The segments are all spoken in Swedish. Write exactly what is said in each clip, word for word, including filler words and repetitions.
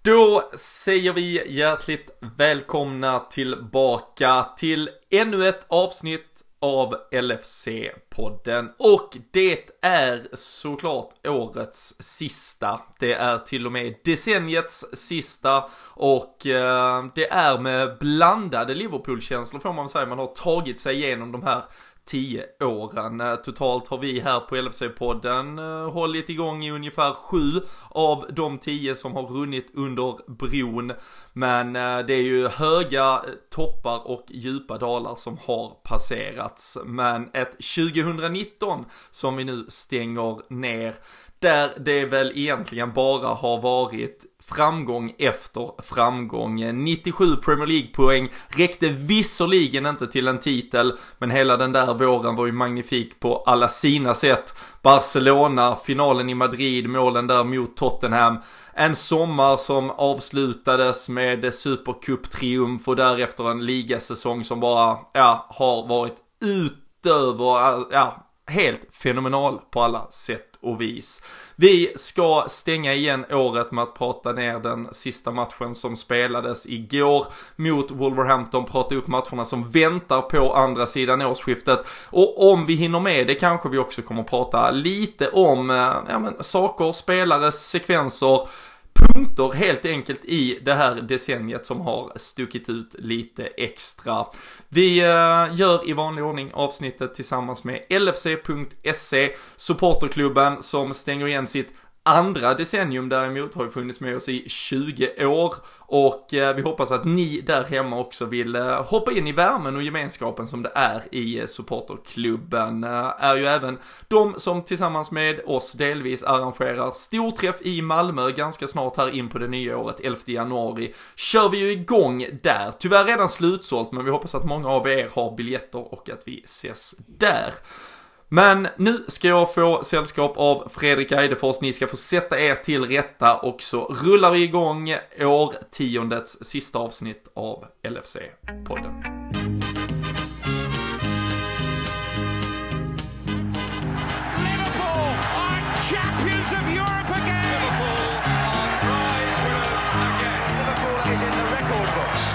Då säger vi hjärtligt välkomna tillbaka till ännu ett avsnitt av L F C-podden. Och det är såklart årets sista. Det är till och med decenniets sista. Och eh, det är med blandade Liverpool-känslor får man säga. Man har tagit sig igenom de här tio åren. Totalt har vi här på L F C-podden hållit igång i ungefär sju av de tio som har runnit under bron. Men det är ju höga toppar och djupa dalar som har passerats. Men ett tjugonitton som vi nu stänger ner, där det väl egentligen bara har varit framgång efter framgång. nittiosju Premier League-poäng räckte visserligen inte till en titel, men hela den där våren var ju magnifik på alla sina sätt. Barcelona, finalen i Madrid, målen där mot Tottenham. En sommar som avslutades med Supercup-triumf och därefter en ligasäsong som bara ja, har varit utöver, ja, helt fenomenal på alla sätt och vis. Vi ska stänga igen året med att prata ner den sista matchen som spelades igår mot Wolverhampton, prata upp matcherna som väntar på andra sidan årsskiftet, och om vi hinner med det kanske vi också kommer att prata lite om ja, men, saker, spelare, sekvenser, punkter helt enkelt i det här decenniet som har stuckit ut lite extra. Vi uh, gör i vanlig ordning avsnittet tillsammans med L F C punkt se, supporterklubben som stänger igen sitt andra decennium. Däremot har ju funnits med oss i tjugo år, och eh, vi hoppas att ni där hemma också vill eh, hoppa in i värmen och gemenskapen som det är i eh, supporterklubben. Eh, är ju även de som tillsammans med oss delvis arrangerar storträff i Malmö ganska snart här in på det nya året, elfte januari. Kör vi ju igång där. Tyvärr redan slutsålt, men vi hoppas att många av er har biljetter och att vi ses där. Men nu ska jag få sällskap av Fredrik Eidefors. Ni ska få sätta er till rätta, och så rullar vi igång årtiondets sista avsnitt av L F C-podden. Liverpool are champions of Europe again. Liverpool are prize winners again. Liverpool is in the record books.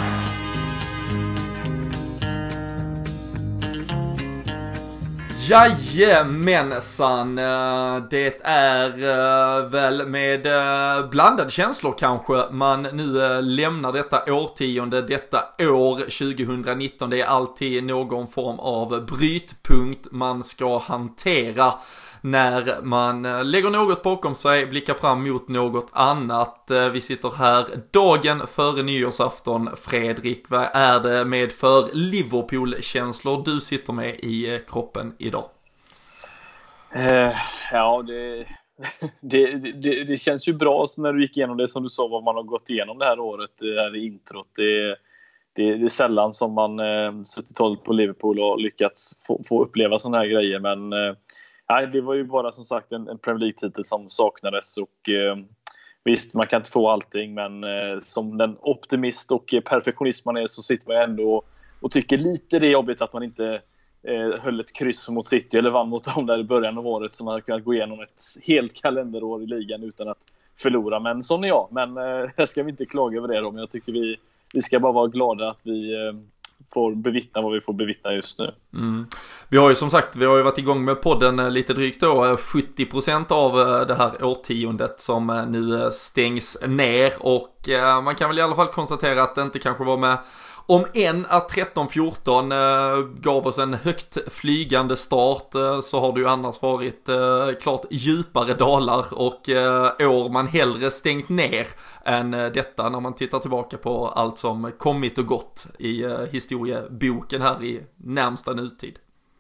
Jajamensan, det är väl med blandade känslor kanske man nu lämnar detta årtionde, detta år tjugonitton. Det är alltid någon form av brytpunkt man ska hantera när man lägger något bakom sig, blickar fram mot något annat. Vi sitter här dagen före nyårsafton. Fredrik, vad är det med för Liverpool-känslor du sitter med i kroppen idag? Eh, ja, det, det, det, det känns ju bra så när du gick igenom det som du sa, vad man har gått igenom det här året, det här introt. Det, det, det är sällan som man eh, suttit hållit på Liverpool och lyckats få, få uppleva sådana här grejer, men eh, nej, det var ju bara som sagt en, en Premier League-titel som saknades, och eh, visst, man kan inte få allting, men eh, som den optimist och perfektionist man är så sitter man ändå och, och tycker lite det är jobbigt att man inte eh, höll ett kryss mot City eller vann mot dem där i början av året, så man hade kunnat gå igenom ett helt kalenderår i ligan utan att förlora. Men sån är jag, men eh, jag ska vi inte klaga över det då, men jag tycker vi, vi ska bara vara glada att vi eh, får bevittna vad vi får bevittna just nu. Mm. Vi har ju som sagt, vi har ju varit igång med podden lite drygt då, sjuttio procent av det här årtiondet som nu stängs ner, och man kan väl i alla fall konstatera att det inte kanske var med om en att tretton fjorton eh, gav oss en högt flygande start, eh, så har det ju annars varit eh, klart djupare dalar och eh, år man hellre stängt ner än eh, detta när man tittar tillbaka på allt som kommit och gått i eh, historieboken här i närmsta nutid.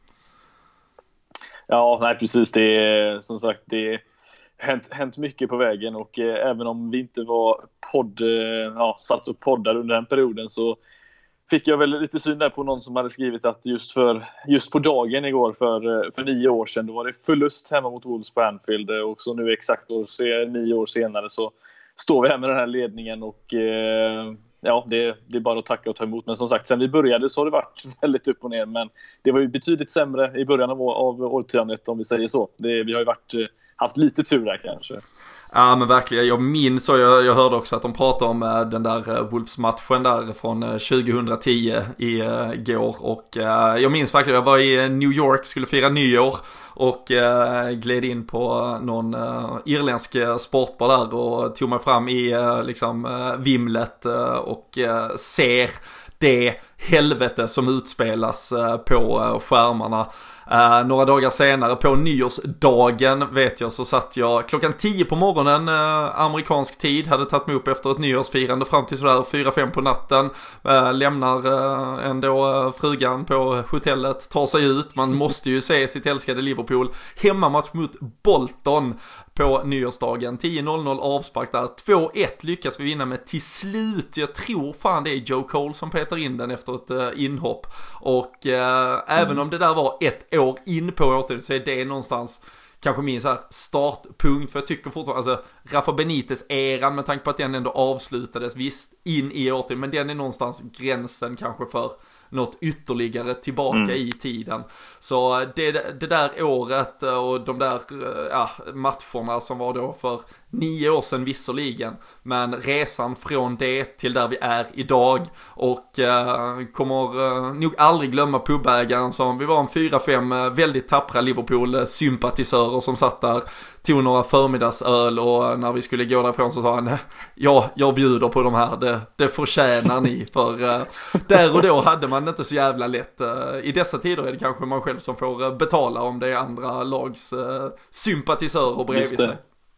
Ja, nej precis, det är som sagt det hänt, hänt mycket på vägen, och eh, även om vi inte var podd, eh, ja, satt och poddar under den perioden, så fick jag väl lite syn där på någon som hade skrivit att just för just på dagen igår för, för nio år sedan, då var det förlust hemma mot Wolves på Anfield, och så nu exakt år, så nio år senare så står vi här med den här ledningen, och eh, ja, det, det är bara att tacka och ta emot. Men som sagt, sen vi började så har det varit väldigt upp och ner, men det var ju betydligt sämre i början av, av årtiondet, om vi säger så. Det, vi har ju varit, haft lite tur där kanske. Ja men verkligen, jag minns och jag, jag hörde också att de pratade om uh, den där uh, Wolves-matchen där från uh, tjugohundratio i uh, går och uh, jag minns verkligen, jag var i New York, skulle fira nyår och uh, gled in på uh, någon uh, irländsk uh, sportbar där och tog mig fram i uh, liksom uh, vimlet uh, och uh, ser det helvete som utspelas uh, på uh, skärmarna. Uh, några dagar senare på nyårsdagen vet jag så satt jag klockan tio på morgonen uh, amerikansk tid, hade tagit mig upp efter ett nyårsfirande fram till sådär fyra fem på natten, uh, lämnar uh, ändå uh, frugan på hotellet, tar sig ut, man måste ju se sitt älskade Liverpool, hemmamatch mot Bolton på nyårsdagen, tio noll noll avspark där, två ett lyckas vi vinna med till slut, jag tror fan det är Joe Cole som petar in den efter ett uh, inhopp och uh, mm. även om det där var ett år in på året så är det någonstans kanske min så här startpunkt, för jag tycker fortfarande alltså Rafa Benitez-eran med tanke på att den ändå avslutades visst in i året, men den är någonstans gränsen kanske för något ytterligare tillbaka mm. i tiden. Så det, det där året och de där ja, matcherna som var då för nio år sedan visserligen, men resan från det till där vi är idag och eh, kommer eh, nog aldrig glömma pubägaren som vi var en fyra fem eh, väldigt tappra Liverpool-sympatisörer som satt där, tog några förmiddagsöl och när vi skulle gå därifrån så sa han ja, jag bjuder på de här, det, det förtjänar ni för eh, där och då hade man inte så jävla lätt. Eh, i dessa tider är det kanske man själv som får eh, betala om det är andra lags eh, sympatisörer bredvid sig.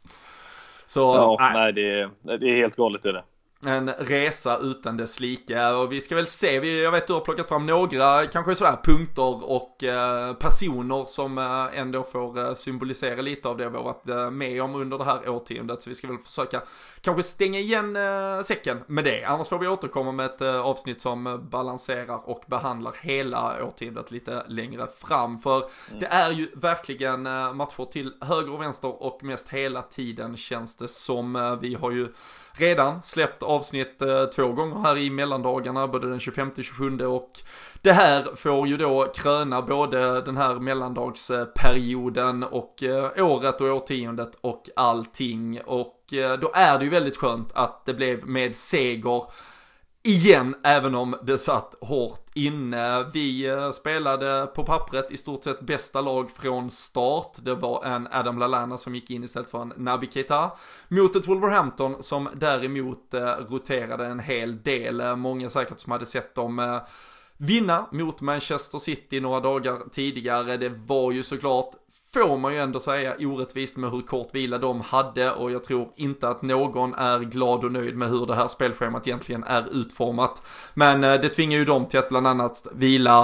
Så, ja, nej, nej det, är, det är helt galet är det. En resa utan dess like och vi ska väl se, vi, jag vet du har plockat fram några kanske sådär punkter och eh, personer som eh, ändå får eh, symbolisera lite av det vi har varit eh, med om under det här årtiondet, så vi ska väl försöka kanske stänga igen eh, säcken med det, annars får vi återkomma med ett eh, avsnitt som balanserar och behandlar hela årtiondet lite längre fram, för mm. det är ju verkligen eh, matcher till höger och vänster och mest hela tiden känns det som. eh, vi har ju redan släppt avsnitt eh, två gånger här i mellandagarna, både den tjugofemte och tjugosjunde, och det här får ju då kröna både den här mellandagsperioden och eh, året och årtiondet och allting, och eh, då är det ju väldigt skönt att det blev med seger igen, även om det satt hårt inne. Vi eh, spelade på pappret i stort sett bästa lag från start. Det var en Adam Lallana som gick in istället för en Naby Keita mot ett Wolverhampton som däremot eh, roterade en hel del. Eh, många säkert som hade sett dem eh, vinna mot Manchester City några dagar tidigare. Det var ju såklart, får man ju ändå säga, orättvist med hur kort vila de hade, och jag tror inte att någon är glad och nöjd med hur det här spelschemat egentligen är utformat. Men eh, det tvingar ju dem till att bland annat vila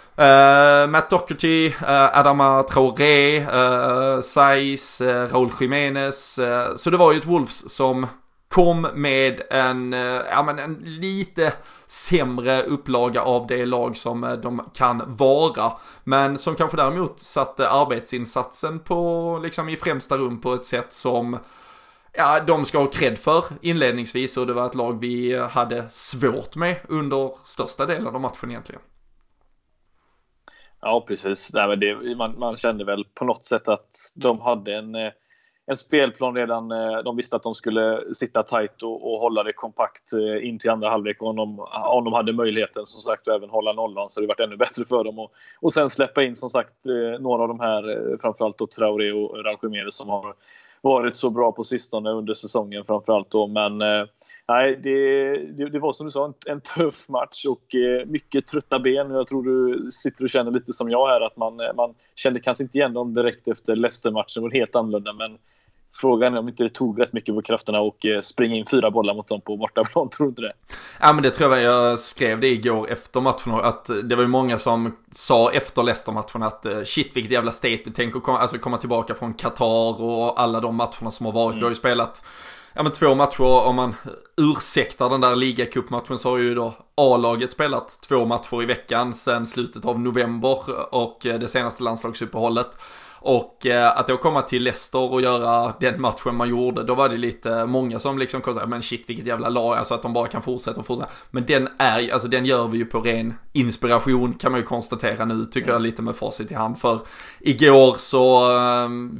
uh, Matt Doherty, uh, Adama Traoré, uh, Saiz, uh, Raúl Jiménez. Uh, så det var ju ett Wolves som kom med en, ja, men en lite sämre upplaga av det lag som de kan vara, men som kanske däremot satte arbetsinsatsen på, liksom, i främsta rum på ett sätt som ja, de ska ha cred för inledningsvis, och det var ett lag vi hade svårt med under största delen av matchen egentligen. Ja, precis. Nej, men det, man, man kände väl på något sätt att de hade en en spelplan redan. De visste att de skulle sitta tight och, och hålla det kompakt in till andra halvlek, om de, om de hade möjligheten som sagt att även hålla nollan, så det varit ännu bättre för dem, och, och sen släppa in som sagt några av de här, framförallt då Traoré och Raúl Jiménez, som har varit så bra på sistone under säsongen framförallt då. Men nej, det, det, det var som du sa en, en tuff match och mycket trötta ben. Jag tror du sitter och känner lite som jag här, att man, man kände kanske inte igen dem direkt efter Leicester-matchen, det var helt annorlunda, men frågan är om inte det tog rätt mycket på krafterna och springa in fyra bollar mot dem på bortaplan, tror du inte det? Ja, men det tror jag, jag skrev det igår efter matchen, att det var ju många som sa efter Leicester-matchen att shit, vilket jävla statement, tänk att komma, alltså komma tillbaka från Qatar och alla de matcherna som har varit. Mm. Vi har ju spelat ja, men två matcher, om man ursäktar den där ligacupmatchen, så har ju då A-laget spelat två matcher i veckan sedan slutet av november och det senaste landslagsuppehållet. Och eh, att då komma till Leicester och göra den matchen man gjorde, då var det lite många som liksom kom, men shit, vilket jävla lag, alltså att de bara kan fortsätta och fortsätta. Men den är, alltså den gör vi ju på ren inspiration, kan man ju konstatera nu, tycker jag, lite med facit i hand. För igår så eh, fick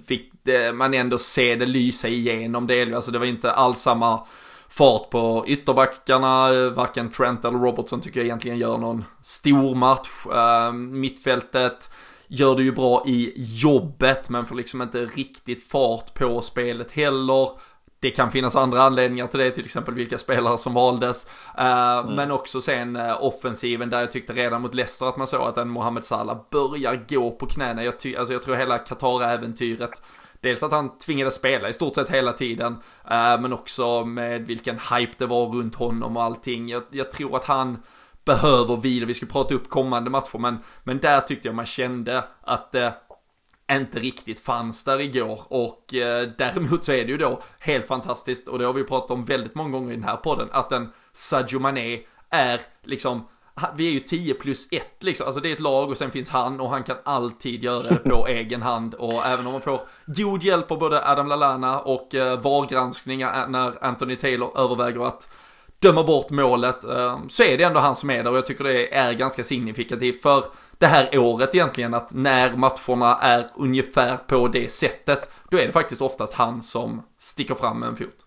det, man ändå ser det lysa igenom det. Alltså det var inte alls samma fart på ytterbackarna, varken Trent eller Robertson tycker jag egentligen gör någon stor match. Uh, mittfältet gör det ju bra i jobbet, men får liksom inte riktigt fart på spelet heller. Det kan finnas andra anledningar till det, till exempel vilka spelare som valdes. Uh, mm. Men också sen uh, offensiven, där jag tyckte redan mot Leicester att man såg att en Mohamed Salah börjar gå på knäna. Jag, ty- alltså jag tror hela Qatar-äventyret, dels att han tvingade spela i stort sett hela tiden, uh, men också med vilken hype det var runt honom och allting. Jag, jag tror att han behöver vila. Vi ska prata upp kommande matcher, men, men där tyckte jag man kände att det eh, inte riktigt fanns där igår. Och eh, däremot så är det ju då helt fantastiskt, och det har vi pratat om väldigt många gånger i den här podden, att en Sadio Mané är liksom, vi är ju tio plus ett liksom, alltså det är ett lag och sen finns han, och han kan alltid göra det på egen hand. Och även om man får god hjälp av både Adam Lallana och eh, vargranskningar när Anthony Taylor överväger att döma bort målet, så är det ändå han som är där. Och jag tycker det är ganska signifikativt för det här året egentligen, att när matcherna är ungefär på det sättet, då är det faktiskt oftast han som sticker fram med en fot.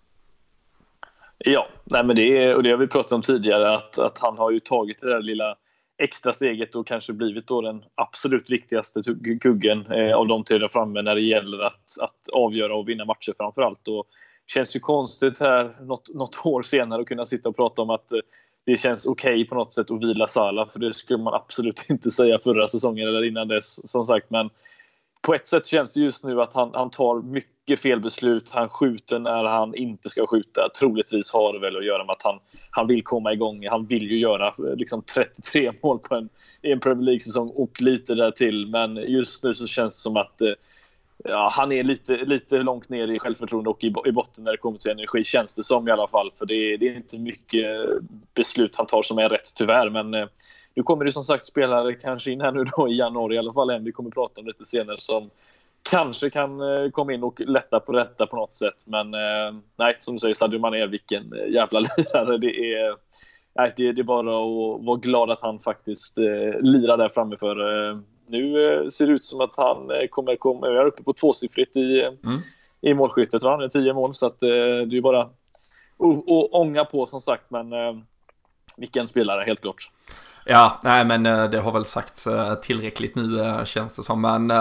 Ja, nej men det är, och det har vi pratat om tidigare, att, att han har ju tagit det där lilla extra steget och kanske blivit då den absolut viktigaste kuggen eh, av de tre där framme när det gäller att, att avgöra och vinna matcher framförallt. Och känns ju konstigt här något, något år senare att kunna sitta och prata om att det känns okej okay på något sätt att vila Salah, för det skulle man absolut inte säga förra säsongen eller innan dess, som sagt. Men på ett sätt känns det just nu att han, han tar mycket felbeslut. Han skjuter när han inte ska skjuta. Troligtvis har det väl att göra med att han, han vill komma igång. Han vill ju göra liksom trettiotre mål på en, i en Premier League-säsong och lite där till. Men just nu så känns det som att ja, han är lite, lite långt ner i självförtroende och i, i botten när det kommer till energi, känns det som i alla fall. För det, det är inte mycket beslut han tar som är rätt, tyvärr. Men eh, nu kommer det som sagt spelare kanske in här nu då i januari i alla fall, en vi kommer prata om lite senare, som kanske kan eh, komma in och lätta på detta på något sätt. Men eh, nej, som du säger, Sadio Mané, vilken jävla lirare. Det är, nej, det, det är bara att vara glad att han faktiskt eh, lirar där framme för eh, nu eh, ser det ut som att han eh, kommer komma är uppe på tvåsiffrigt i, mm. i målskyttet. Han är tio mål, så att, eh, det är bara att ånga på, som sagt. Men eh, vilken spelare, helt klart. Ja, nej men det har väl sagt tillräckligt nu, känns det som. Men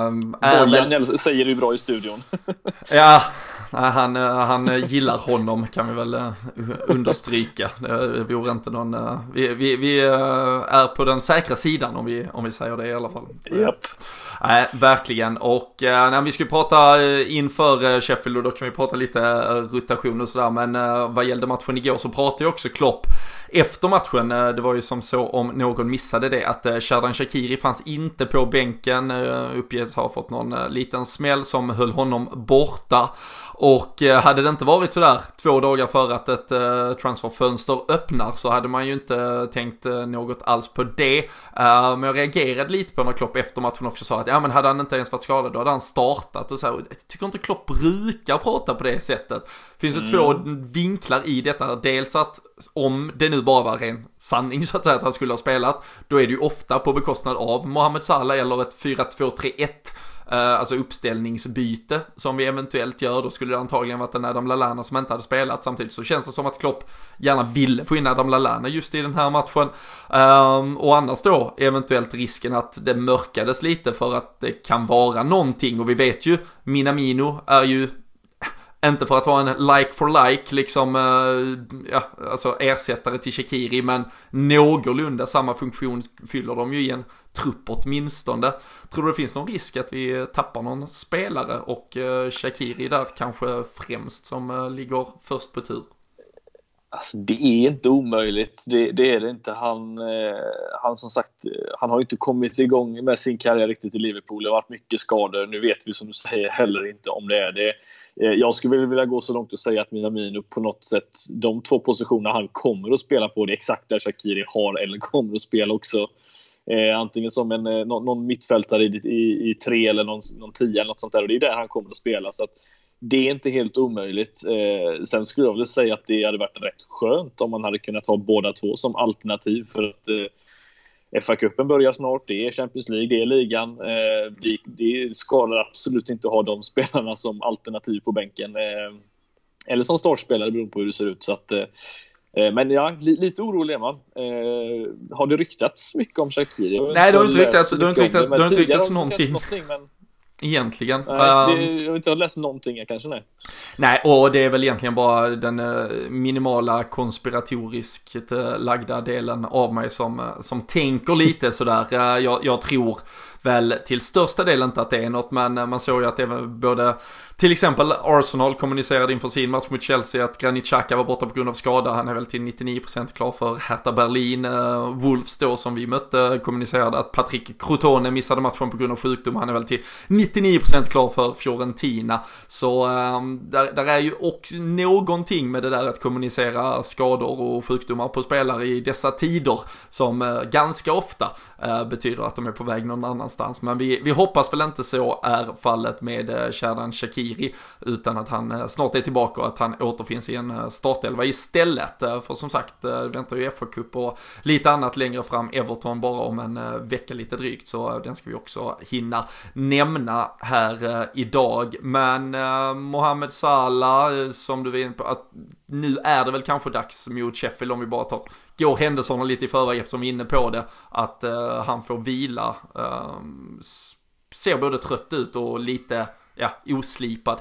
äh, Bojan väl... säger det bra i studion. Ja, han, han gillar honom, kan vi väl understryka. Det vore inte någon... Vi, vi, vi är på den säkra sidan, om vi, om vi säger det i alla fall. Japp. Nej, verkligen. Och när vi ska prata inför Sheffield, och då kan vi prata lite rotation och sådär. Men vad gällde matchen igår så pratade ju också Klopp efter matchen. Det var ju som så, om någon missade det, att Xherdan Shaqiri fanns inte på bänken. Uppges ha fått någon liten smäll som höll honom borta. Och hade det inte varit sådär två dagar före att ett transferfönster öppnar, så hade man ju inte tänkt något alls på det. Men jag reagerade lite på när Klopp efter matchen också sa att ja, men hade han inte ens varit skadad, då hade han startat. Och så här, jag tycker inte Klopp brukar prata på det sättet. Finns det mm. två vinklar i detta. Dels att om det nu bara var en sanning så att säga att han skulle ha spelat, då är det ju ofta på bekostnad av Mohamed Salah eller ett fyra två tre ett, uh, alltså uppställningsbyte som vi eventuellt gör. Då skulle det antagligen varit en Adam Lallana som inte hade spelat. Samtidigt så känns det som att Klopp gärna ville få in Adam Lallana just i den här matchen. Um, och annars då eventuellt risken att det mörkades lite för att det kan vara någonting. Och vi vet ju, Minamino är ju inte för att vara en like for like liksom, ja, alltså ersättare till Shaqiri, men någorlunda samma funktion fyller de ju i en trupp åtminstone. Tror du det finns någon risk att vi tappar någon spelare och Shaqiri där kanske främst som ligger först på tur? Alltså, det är inte omöjligt. Det, det är det inte. Han, eh, han som sagt, han har ju inte kommit igång med sin karriär riktigt i Liverpool. Det har varit mycket skador. Nu vet vi, som du säger, heller inte om det är det. Eh, jag skulle vilja gå så långt och säga att Minamino på något sätt, de två positionerna han kommer att spela på, det är exakt där Shaqiri har eller kommer att spela också. Eh, antingen som en, eh, någon, någon mittfältare i, i, i tre eller någon, någon tio eller något sånt där. Och det är där han kommer att spela. Så att det är inte helt omöjligt. Eh, sen skulle jag vilja säga att det hade varit rätt skönt om man hade kunnat ha båda två som alternativ. För att eh, F A-cupen börjar snart, det är Champions League, det är ligan. Eh, det, det skadar absolut inte att ha de spelarna som alternativ på bänken. Eh, eller som startspelare, beroende på hur det ser ut. Så att, eh, men ja, li, lite orolig är man. Eh, har det ryktats mycket om Shaqiri? Nej, det har inte ryktats, det har inte ryktats, det har inte ryktats någonting. någonting men... Egentligen. Nej, det, um, jag har inte läst någonting kanske, nej. Nej, och det är väl egentligen bara den uh, minimala konspiratoriskt uh, lagda delen av mig som, uh, som tänker lite sådär. Uh, jag, jag tror väl till största delen inte att det är något, men uh, man såg ju att det var både, till exempel Arsenal kommunicerade inför sin match mot Chelsea att Granit Xhaka var borta på grund av skada. Han är väl till nittionio procent klar för Hertha Berlin. Uh, Wolves då som vi mötte kommunicerade att Patrick Crotone missade matchen på grund av sjukdom. Han är väl till nittionio procent klar för Fiorentina. Så um, där, där är ju också någonting med det där att kommunicera skador och sjukdomar på spelare i dessa tider som uh, ganska ofta uh, betyder att de är på väg någon annanstans. Men vi, vi hoppas väl inte så är fallet med uh, Xherdan Shaqiri, utan att han uh, snart är tillbaka och att han återfinns i en uh, startelva istället. Uh, för som sagt, uh, väntar ju F A-cup och lite annat längre fram, Everton bara om en uh, vecka lite drygt, så uh, den ska vi också hinna nämna här uh, idag. Men uh, Mohamed Salah, uh, som du var inne på, att nu är det väl kanske dags mot Sheffield, om vi bara tar går händelserna lite i förväg eftersom vi är inne på det, att uh, han får vila. Uh, ser både trött ut och lite ja, oslipad.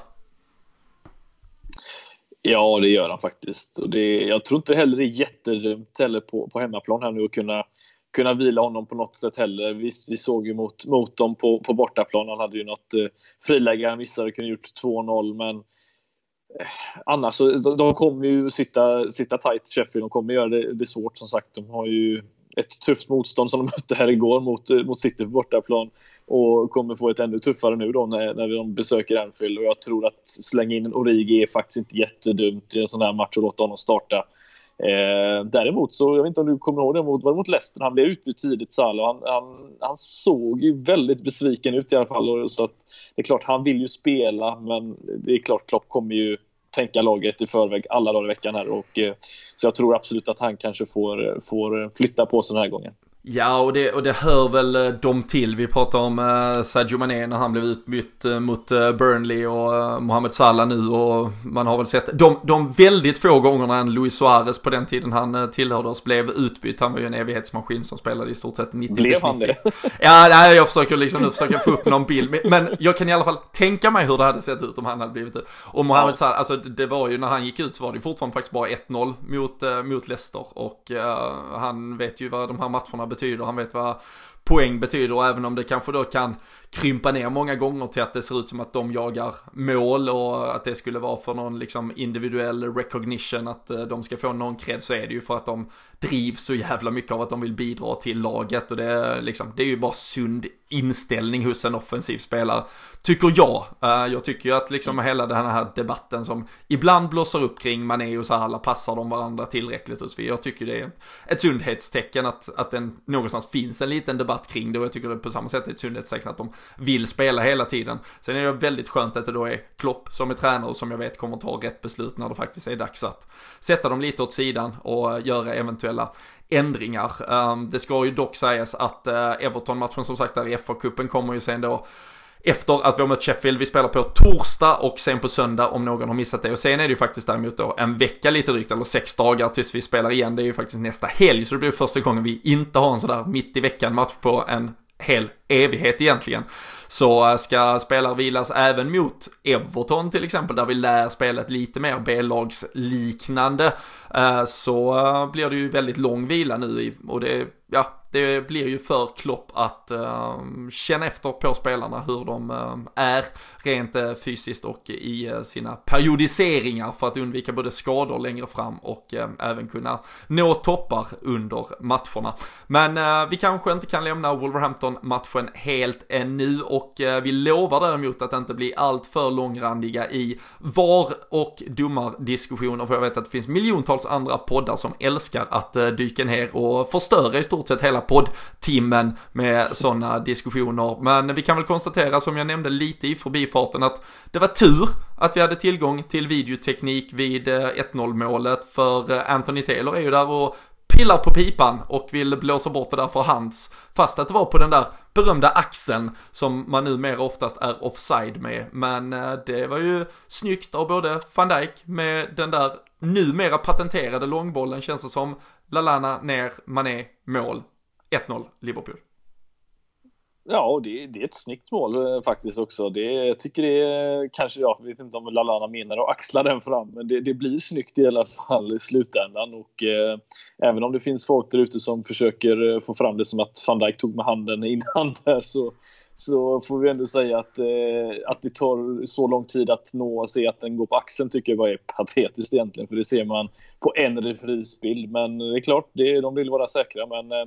Ja, det gör han faktiskt. Och det, jag tror inte heller det är jättedumt heller på, på hemmaplan här nu att kunna, kunna vila honom på något sätt heller. Vi, vi såg ju mot, mot dem på, på bortaplan. Han hade ju något eh, friläge han missade, kunde gjort två noll, men eh, annars så de, de kommer ju sitta, sitta tight, Sheffield. De kommer göra det, det svårt, som sagt. De har ju ett tufft motstånd som de mötte här igår mot, mot City på bortaplan, och kommer få ett ännu tuffare nu då när, när de besöker Anfield. Och jag tror att slänga in en Origi är faktiskt inte jättedumt i en sån här match och låta honom starta. Eh, däremot så, jag vet inte om du kommer ihåg det, mot, var det mot Leicester, han blev utbytt tidigt, Salah. Han, han, han såg ju väldigt besviken ut i alla fall, och så att det är klart, han vill ju spela, men det är klart, Klopp kommer ju tänka laget i förväg alla dagar i veckan här, och eh, så jag tror absolut att han kanske får, får flytta på sig den här gången. Ja, och det, och det hör väl de till. Vi pratar om uh, Sadio Mané när han blev utbytt uh, mot uh, Burnley, och uh, Mohamed Salah nu, och man har väl sett de, de väldigt få gångerna än Luis Suarez på den tiden han uh, tillhörde oss blev utbytt. Han var ju en evighetsmaskin som spelade i stort sett nittio. Blev han det? Ja, nej, jag försöker liksom nu försöka få upp någon bild, men jag kan i alla fall tänka mig hur det hade sett ut om han hade blivit ut. Och Mohamed ja. Salah, alltså det var ju när han gick ut så var det fortfarande faktiskt bara ett noll mot, uh, mot Leicester, och uh, han vet ju vad de här matcherna betyder. Han vet vad poäng betyder, och även om det kanske då kan krympa ner många gånger till att det ser ut som att de jagar mål och att det skulle vara för någon liksom individuell recognition, att de ska få någon cred, så är det ju för att de drivs så jävla mycket av att de vill bidra till laget, och det är, liksom, det är ju bara sund inställning hos en offensiv spelare, tycker jag. Jag tycker ju att liksom hela den här debatten som ibland blåser upp kring Mané och Salah, passar de varandra tillräckligt hos vi. Jag tycker det är ett sundhetstecken att, att den någonstans finns en liten debatt kring det, och jag tycker det på samma sätt är ett sundhetstecken att de vill spela hela tiden. Sen är det väldigt skönt att det då är Klopp som är tränare och som jag vet kommer ta rätt beslut när det faktiskt är dags att sätta dem lite åt sidan och göra eventuella ändringar. Um, det ska ju dock sägas att uh, Everton-matchen som sagt där i F A-cupen kommer ju sen då efter att vi har mött Sheffield. Vi spelar på torsdag och sen på söndag, om någon har missat det. Och sen är det ju faktiskt däremot då en vecka lite drygt, eller sex dagar tills vi spelar igen. Det är ju faktiskt nästa helg, så det blir första gången vi inte har en sådär mitt i veckan match på en hel evighet egentligen. Så ska spelare vilas även mot Everton till exempel, där vi lär spelet lite mer B-lagsliknande, så blir det ju väldigt lång vila nu, och det, ja, det blir ju för Klopp att uh, känna efter på spelarna hur de uh, är rent uh, fysiskt och i uh, sina periodiseringar, för att undvika både skador längre fram och uh, även kunna nå toppar under matcherna. Men uh, vi kanske inte kan lämna Wolverhampton-matchen helt ännu, och uh, vi lovar däremot att inte bli allt för långrandiga i var och domardiskussioner, för jag vet att det finns miljontals andra poddar som älskar att uh, dyka ner och förstöra i stort sett hela poddtimmen med sådana diskussioner. Men vi kan väl konstatera, som jag nämnde lite i förbifarten, att det var tur att vi hade tillgång till videoteknik vid ett noll målet, för Anthony Taylor är ju där och pillar på pipan och vill blåsa bort det där för hands, fast att det var på den där berömda axeln som man numera oftast är offside med. Men eh, det var ju snyggt av både Van Dijk med den där numera patenterade långbollen, känns det som. Lallana ner, Mané, mål. ett noll Liverpool. Ja, det, det är ett snyggt mål eh, faktiskt också. Det, jag tycker det är, kanske, jag vet inte om Lallana menar att axla den fram, men det, det blir snyggt i alla fall i slutändan. Och eh, även om det finns folk där ute som försöker få fram det som att Van Dijk tog med handen innan där, så, så får vi ändå säga att, eh, att det tar så lång tid att nå och se att den går på axeln, tycker jag bara är patetiskt egentligen, för det ser man på en reprisbild. Men det är klart, det, de vill vara säkra, men eh,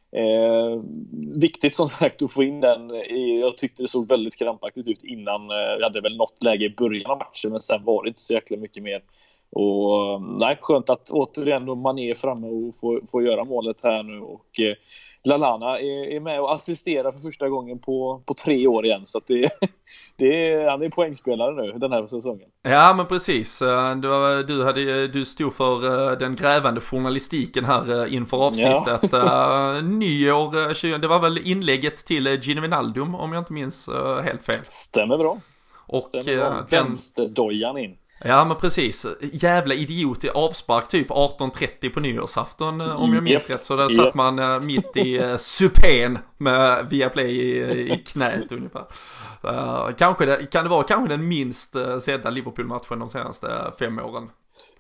Eh, viktigt som sagt att få in den. Jag tyckte det såg väldigt krampaktigt ut innan. Vi hade väl något läge i början av matchen, men sen var det inte så jäkla mycket mer. Och nej, skönt att återigen Mané är framme och får, får göra målet här nu. Och eh, Lallana är, är med och assisterar för första gången på, på tre år igen. Så att det, det är, han är poängspelare nu den här säsongen. Ja, men precis. Du, du, hade, du stod för den grävande journalistiken här inför avsnittet. Ja. Nyår, det var väl inlägget till Gini Wijnaldum, om jag inte minns helt fel. Stämmer bra. Och Stämmer bra. Vänsterdojan in. Ja, men precis. Jävla idiot i avspark typ arton trettio på nyårsafton, om jag minns yep. rätt. Så där satt yep. man mitt i uh, supen med Viaplay i, i knät ungefär. Uh, kanske det, kan det vara kanske den minst uh, sedda Liverpool-matchen de senaste fem åren.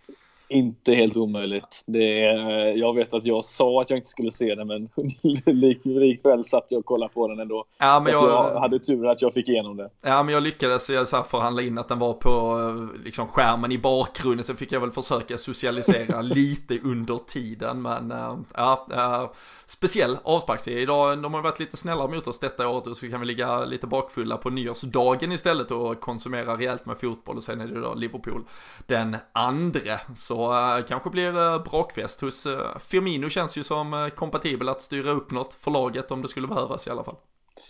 Inte helt omöjligt. Det är, jag vet att jag sa att jag inte skulle se den, men lik, likväl satt jag och kollade på den ändå. Ja, men jag, jag hade tur att jag fick igenom det. Ja, men jag lyckades jag, så här, förhandla in att den var på liksom, skärmen i bakgrunden, så fick jag väl försöka socialisera lite under tiden. Men äh, ja, äh, speciell avsparkserie. Idag, de har varit lite snällare mot oss detta året, och så kan vi ligga lite bakfulla på nyårsdagen istället och konsumera rejält med fotboll, och sen är det då Liverpool den andra. Så Så uh, kanske blir uh, brakfest hos uh, Firmino. Känns ju som uh, kompatibel att styra upp något för laget om det skulle behövas i alla fall.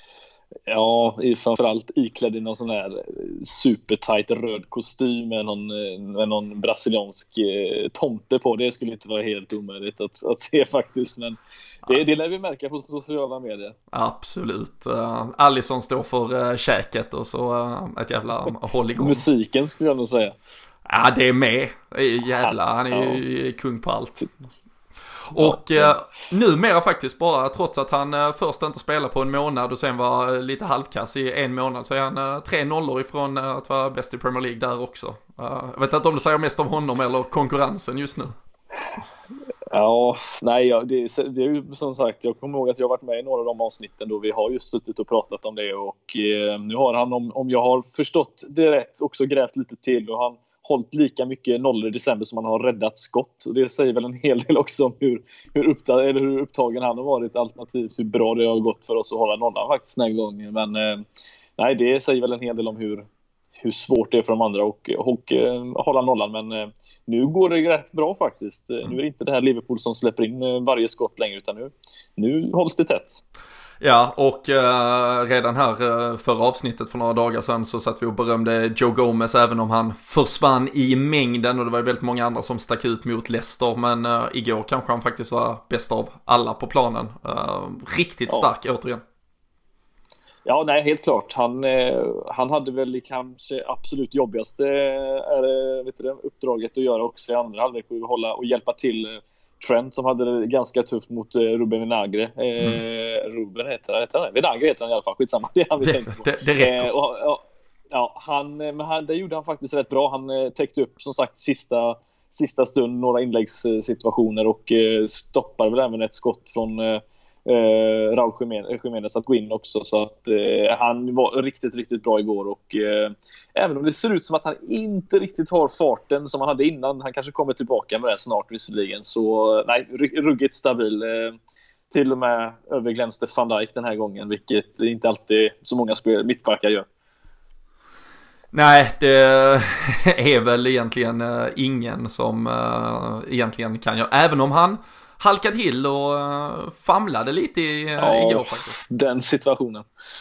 Ja, framförallt iklädd i någon sån här supertight röd kostym med någon, med någon brasiliansk eh, tomte på. Det skulle inte vara helt omöjligt att, att se faktiskt, men det, det lär vi märka på sociala medier. Absolut. Uh, Alisson står för uh, käket och så uh, ett jävla håll igång. Musiken skulle jag nog säga. Ja, det är med. Jävlar, han är ju ja. kung på allt. Och eh, numera faktiskt bara, trots att han eh, först inte spelade på en månad och sen var eh, lite halvkass i en månad, så är han eh, tre nollor ifrån eh, att vara bäst i Premier League där också. Uh, jag vet inte om det säger mest om honom eller konkurrensen just nu. Ja, nej, ja, det, det är ju som sagt, jag kommer ihåg att jag har varit med i några av de avsnitten då vi har just suttit och pratat om det, och eh, nu har han, om, om jag har förstått det rätt, också grävt lite till, och han hållit lika mycket nollor i december som han har räddat skott. Och det säger väl en hel del också om hur, hur, upptag, eller hur upptagen han har varit, alternativt hur bra det har gått för oss att hålla nollan faktiskt den här gången. Men eh, nej, det säger väl en hel del om hur, hur svårt det är för de andra och, och eh, hålla nollan. Men eh, nu går det rätt bra faktiskt. Mm. Nu är det inte det här Liverpool som släpper in eh, varje skott längre, utan nu, nu hålls det tätt. Ja, och uh, redan här uh, förra avsnittet för några dagar sedan så satt vi och berömde Joe Gomez, även om han försvann i mängden, och det var väldigt många andra som stack ut mot Leicester, men uh, igår kanske han faktiskt var bäst av alla på planen. Uh, riktigt ja. stark återigen. Ja, nej, helt klart. Han, eh, han hade väl kanske absolut jobbigaste eh, vet du, uppdraget att göra också i andra halvlek, att hålla och hjälpa till eh, Trent, som hade det ganska tufft mot eh, Ruben Vinagre. Eh, mm. Ruben heter han, heter han. Vinagre heter han i alla fall, skitsamma. Det han vi tänkte på. Det, det räcker. Eh, och, och, ja, han, men han, det gjorde han faktiskt rätt bra. Han eh, täckte upp, som sagt, sista, sista stund några inläggssituationer och eh, stoppar väl även ett skott från eh, Uh, Raúl Jiménez att gå in också, så att uh, han var riktigt, riktigt bra igår, och uh, även om det ser ut som att han inte riktigt har farten som han hade innan, han kanske kommer tillbaka med det snart visserligen, så uh, nej, ruggigt stabil. Uh, till och med överglänste Van Dijk den här gången, vilket inte alltid så många spel mittbackar gör. Nej, det är väl egentligen uh, ingen som uh, egentligen kan göra, även om han halkade till och uh, famlade lite i, uh, ja, igår faktiskt. Den situationen.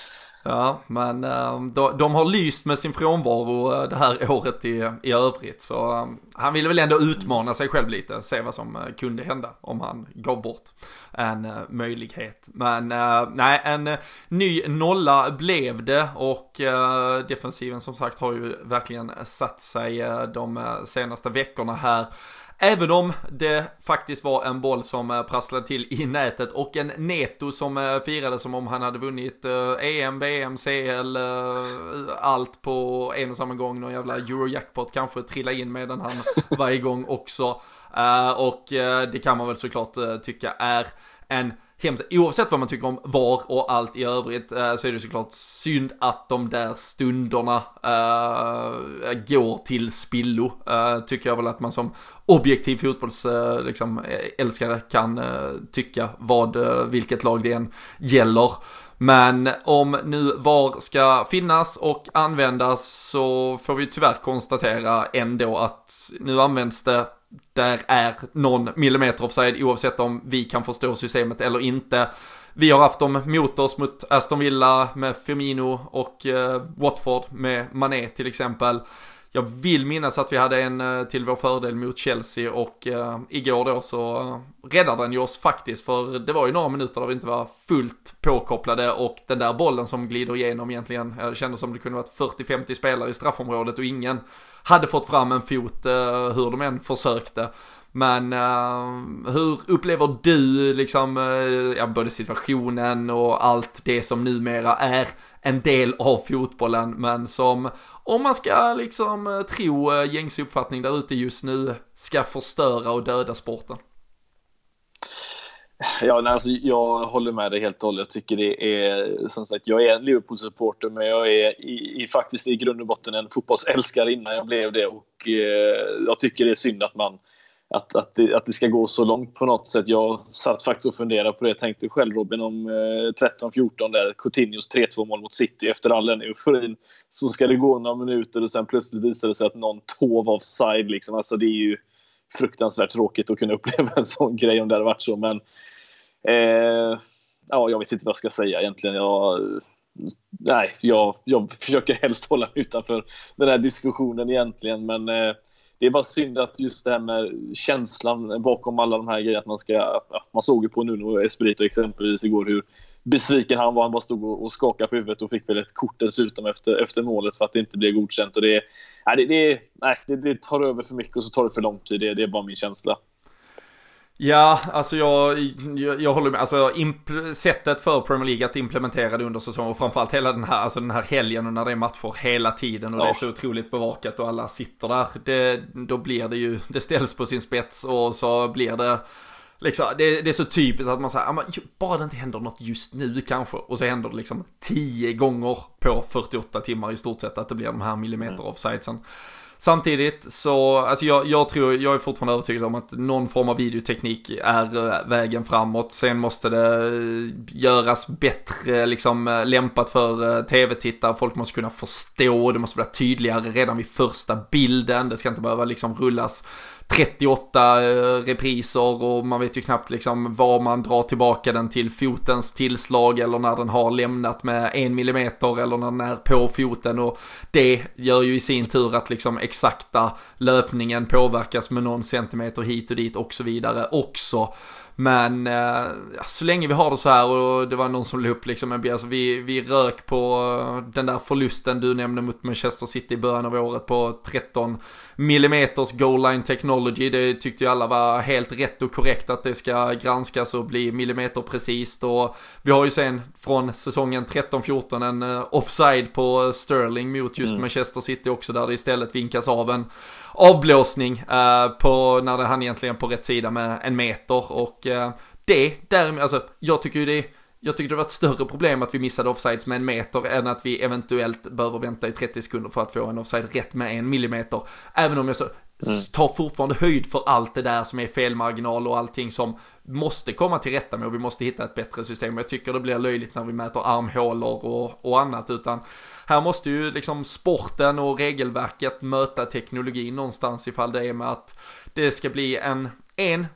Ja, men de, de har lyst med sin frånvaro det här året i, i övrigt. Så han ville väl ändå utmana sig själv lite. Se vad som kunde hända om han gav bort en möjlighet. Men nej, en ny nolla blev det. Och defensiven som sagt har ju verkligen satt sig de senaste veckorna här. Även om det faktiskt var en boll som prasslade till i nätet och en Neto som firade som om han hade vunnit E M, V M, C L, allt på en och samma gång. Någon jävla Eurojackpot kanske trilla in medan han var igång också. Och det kan man väl såklart tycka är en hemskt. Oavsett vad man tycker om var och allt i övrigt så är det såklart synd att de där stunderna äh, går till spillo. Äh, tycker jag väl att man som objektiv fotbolls äh, liksom, älskare kan äh, tycka vad, äh, vilket lag det än gäller. Men om nu VAR ska finnas och användas så får vi tyvärr konstatera ändå att nu används det där är någon millimeter offside oavsett om vi kan förstå systemet eller inte. Vi har haft dem mot oss mot Aston Villa med Firmino och eh, Watford med Mané till exempel. Jag vill minnas att vi hade en till vår fördel mot Chelsea och eh, igår då så räddade den ju oss faktiskt, för det var ju några minuter där vi inte var fullt påkopplade och den där bollen som glider igenom egentligen, jag kände som det kunde varit fyrtio femtio spelare i straffområdet och ingen hade fått fram en fot eh, hur de än försökte. Men uh, hur upplever du liksom uh, ja, både situationen och allt det som numera är en del av fotbollen, men som om man ska liksom uh, tro uh, gängs uppfattning där ute just nu ska förstöra och döda sporten? Ja, nej, alltså, jag håller med dig helt och hållet. Jag tycker det är, som sagt, jag är en Liverpool-supporter, men jag är i, i, faktiskt i grund och botten en fotbollsälskare innan jag blev det, och eh, jag tycker det är synd att man Att, att, det, att det ska gå så långt på något sätt. Jag satt faktiskt och funderade på det. Jag tänkte själv, Robin, om eh, tretton fjorton där Coutinhos tre två mål mot City efter all den euforin, så ska det gå några minuter och sen plötsligt visar det sig att någon tov offside liksom. Alltså det är ju fruktansvärt tråkigt att kunna uppleva en sån grej om det hade varit så. Men eh, ja, jag vet inte vad jag ska säga egentligen. Jag, nej, jag, jag försöker helst hålla mig utanför den här diskussionen egentligen, men eh, det är bara synd att just det här med känslan bakom alla de här grejerna, att man ska, ja, man såg ju på Nuno Espirito exempelvis igår hur besviken han var. Han bara stod och skakade på huvudet och fick väl ett kort dessutom efter, efter målet för att det inte blev godkänt. Och det, nej, det, det, nej, det, det tar över för mycket och så tar det för lång tid. Det, det är bara min känsla. Ja, alltså jag, jag, jag håller med. Alltså imp- sättet för Premier League att implementera det under säsongen och framförallt hela den här, alltså den här helgen och när det är matcher hela tiden och ja. Det är så otroligt bevakat och alla sitter där, det, då blir det ju, det ställs på sin spets och så blir det liksom, det, det är så typiskt att man säger, ja, bara det inte händer något just nu kanske, och så händer det liksom tio gånger på fyrtioåtta timmar i stort sett att det blir de här millimeter offsidesen. Samtidigt så, alltså jag, jag tror, jag är fortfarande övertygad om att någon form av videoteknik är vägen framåt. Sen måste det göras bättre, liksom lämpat för tv-tittare. Folk måste kunna förstå, det måste bli tydligare redan vid första bilden. Det ska inte behöva liksom rullas trettioåtta repriser och man vet ju knappt liksom var man drar tillbaka den till fotens tillslag eller när den har lämnat med en millimeter eller när den är på foten, och det gör ju i sin tur att liksom exakta löpningen påverkas med någon centimeter hit och dit och så vidare också. Men eh, så länge vi har det så här, och det var någon som la upp liksom, alltså vi, vi rök på den där förlusten du nämnde mot Manchester City i början av året på tretton millimeters goal line technology. Det tyckte ju alla var helt rätt och korrekt att det ska granskas och bli millimeter precis. Och vi har ju sen från säsongen tretton fjorton en uh, offside på Sterling mot just mm. Manchester City också, där det istället vinkas av en avblåsning uh, på när det han egentligen på rätt sida med en meter. Och uh, det där, alltså jag tycker ju det Jag tycker det var ett större problem att vi missade offsides med en meter än att vi eventuellt behöver vänta i trettio sekunder för att få en offside rätt med en millimeter. Även om jag så mm. tar fortfarande höjd för allt det där som är felmarginal och allting som måste komma till rätta med, och vi måste hitta ett bättre system. Jag tycker det blir löjligt när vi mäter armhålor och, och annat, utan här måste ju liksom sporten och regelverket möta teknologin någonstans, ifall det är med att det ska bli en en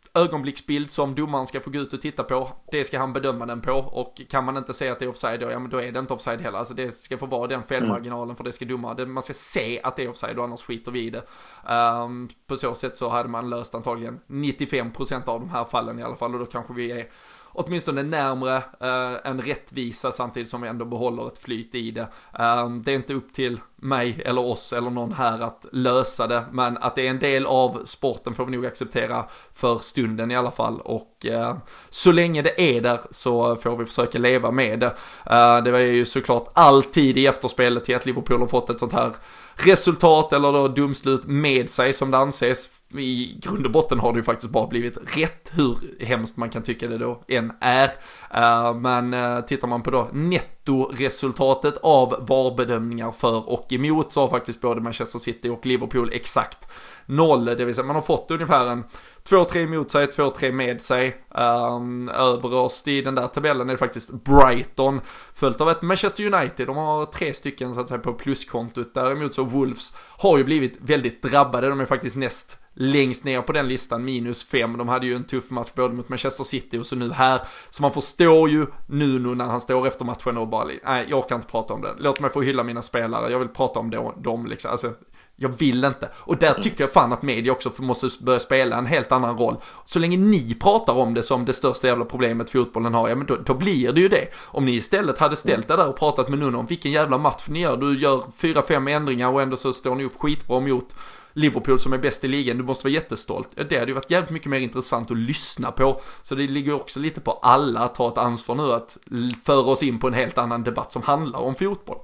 ögonblicksbild som domaren ska få gå ut och titta på. Det ska han bedöma den på, och kan man inte säga att det är offside då, ja men då är det inte offside heller. Alltså det ska få vara den felmarginalen, för det ska domaren, man ska se att det är offside och annars skiter vi i det. Um, på så sätt så hade man löst antagligen nittiofem procent av de här fallen i alla fall, och då kanske vi är åtminstone närmare uh, en rättvisa, samtidigt som vi ändå behåller ett flyt i det. Um, det är inte upp till mig eller oss eller någon här att lösa det, men att det är en del av sporten får vi nog acceptera för stunden i alla fall, och uh, så länge det är där så får vi försöka leva med det. Uh, det var ju såklart alltid i efterspelet till att Liverpool har fått ett sånt här resultat eller då domslut med sig som det anses. I grund och botten har det ju faktiskt bara blivit rätt, hur hemskt man kan tycka det då än är. Uh, men uh, tittar man på då nettoresultatet av VAR-bedömningar för och emot, så har faktiskt både Manchester City och Liverpool exakt noll. Det vill säga man har fått ungefär en två tre emot sig, två tre med sig. Um, överst i den där tabellen är det faktiskt Brighton, följt av ett Manchester United. De har tre stycken så att säga på pluskontot. Däremot så Wolves har ju blivit väldigt drabbade. De är faktiskt näst längst ner på den listan, minus fem. De hade ju en tuff match både mot Manchester City och så nu här. Så man förstår ju nu, nu när han står efter matchen och bara, nej jag kan inte prata om det. Låt mig få hylla mina spelare. Jag vill prata om det, dem liksom. Alltså, jag vill inte. Och där tycker jag fan att media också måste börja spela en helt annan roll. Så länge ni pratar om det som det största jävla problemet fotbollen har, ja men då, då blir det ju det. Om ni istället hade ställt det där och pratat med någon om vilken jävla match ni gör. Du gör fyra, fem ändringar och ändå så står ni upp skitbra mot Liverpool som är bäst i ligan. Du måste vara jättestolt. Ja, det hade ju varit jävligt mycket mer intressant att lyssna på. Så det ligger också lite på alla att ta ett ansvar nu att föra oss in på en helt annan debatt som handlar om fotboll.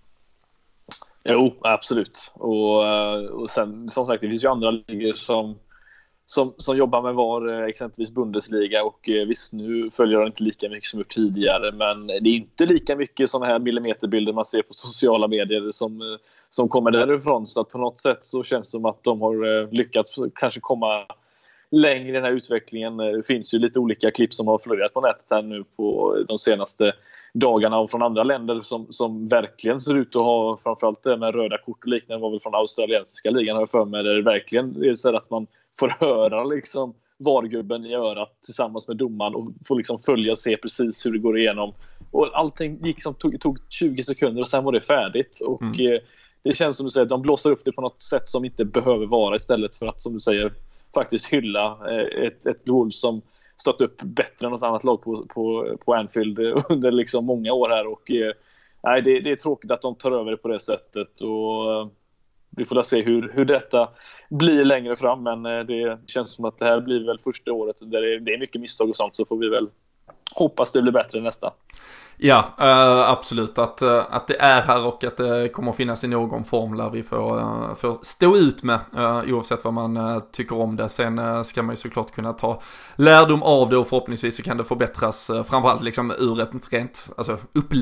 Jo, absolut. Och, och sen som sagt, det finns ju andra ligor som, som, som jobbar med V A R, exempelvis Bundesliga, och visst nu följer jag inte lika mycket som gjort tidigare, men det är inte lika mycket sådana här millimeterbilder man ser på sociala medier som, som kommer därifrån, så att på något sätt så känns det som att de har lyckats kanske komma längre i den här utvecklingen. Det finns ju lite olika klipp som har florerat på nätet här nu på de senaste dagarna och från andra länder som, som verkligen ser ut att ha, framförallt det med röda kort och liknande, var väl från australiensiska ligan har jag för mig, där det verkligen är så att man får höra liksom V A R-gubben i örat tillsammans med domaren och får liksom följa och se precis hur det går igenom. Och allting gick som tog, tog tjugo sekunder och sen var det färdigt. Och mm. eh, det känns som du säger, de blåser upp det på något sätt som inte behöver vara, istället för att, som du säger, faktiskt hylla ett, ett Wolves som stått upp bättre än något annat lag på, på, på Anfield under liksom många år här. Och eh, nej, det, det är tråkigt att de tar över det på det sättet, och eh, vi får se hur, hur detta blir längre fram, men eh, det känns som att det här blir väl första året där det, det är mycket misstag och sånt, så får vi väl hoppas det blir bättre nästa. Ja, äh, absolut att, äh, att det är här och att det kommer att finnas i någon form där vi får, äh, får stå ut med, äh, oavsett vad man äh, tycker om det. Sen äh, ska man ju såklart kunna ta lärdom av det, och förhoppningsvis så kan det förbättras, äh, framförallt liksom ur ett rent alltså,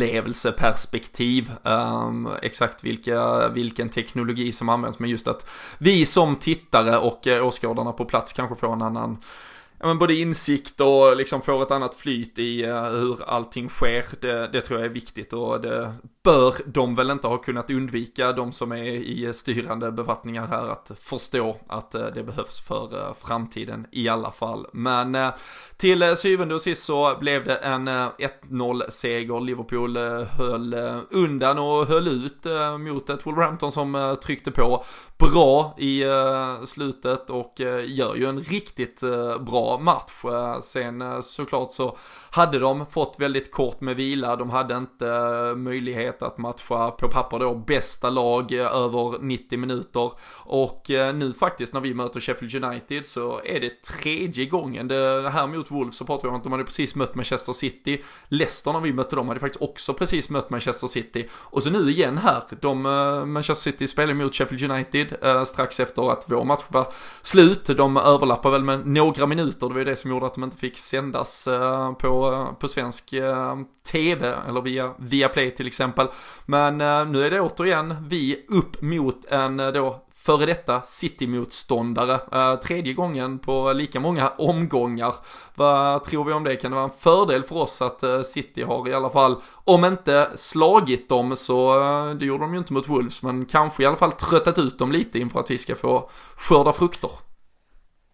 upplevelseperspektiv, äh, exakt vilka, vilken teknologi som används, men just att vi som tittare och äh, åskådarna på plats kanske får en annan, ja, men både insikt och liksom får ett annat flyt i uh, hur allting sker. Det, det tror jag är viktigt, och det bör de väl inte ha kunnat undvika, de som är i styrande befattningar här, att förstå att uh, det behövs för uh, framtiden i alla fall. Men uh, till uh, syvende och sist så blev det en uh, ett noll-seger. Liverpool uh, höll uh, undan och höll ut uh, mot ett Wolverhampton som uh, tryckte på bra i uh, slutet och uh, gör ju en riktigt uh, bra match. Uh, sen uh, såklart så hade de fått väldigt kort med vila. De hade inte uh, möjlighet att matcha på papper då bästa lag uh, över nittio minuter, och uh, nu faktiskt när vi möter Sheffield United så är det tredje gången. Det här mot Wolves så pratar vi om att de hade precis mött Manchester City. Leicester när vi mötte dem hade faktiskt också precis mött Manchester City, och så nu igen här. De, uh, Manchester City spelar mot Sheffield United uh, strax efter att vår match var slut. De överlappar väl med några minuter. Det var det som gjorde att de inte fick sändas uh, på, uh, på svensk uh, tv eller via Viaplay till exempel. Men uh, nu är det återigen vi upp mot en uh, då före detta City-motståndare. Uh, tredje gången på lika många omgångar. Vad tror vi om det? Kan det vara en fördel för oss att uh, City har i alla fall, om inte slagit dem, så uh, det gjorde de ju inte mot Wolves, men kanske i alla fall tröttat ut dem lite inför att vi ska få skörda frukter?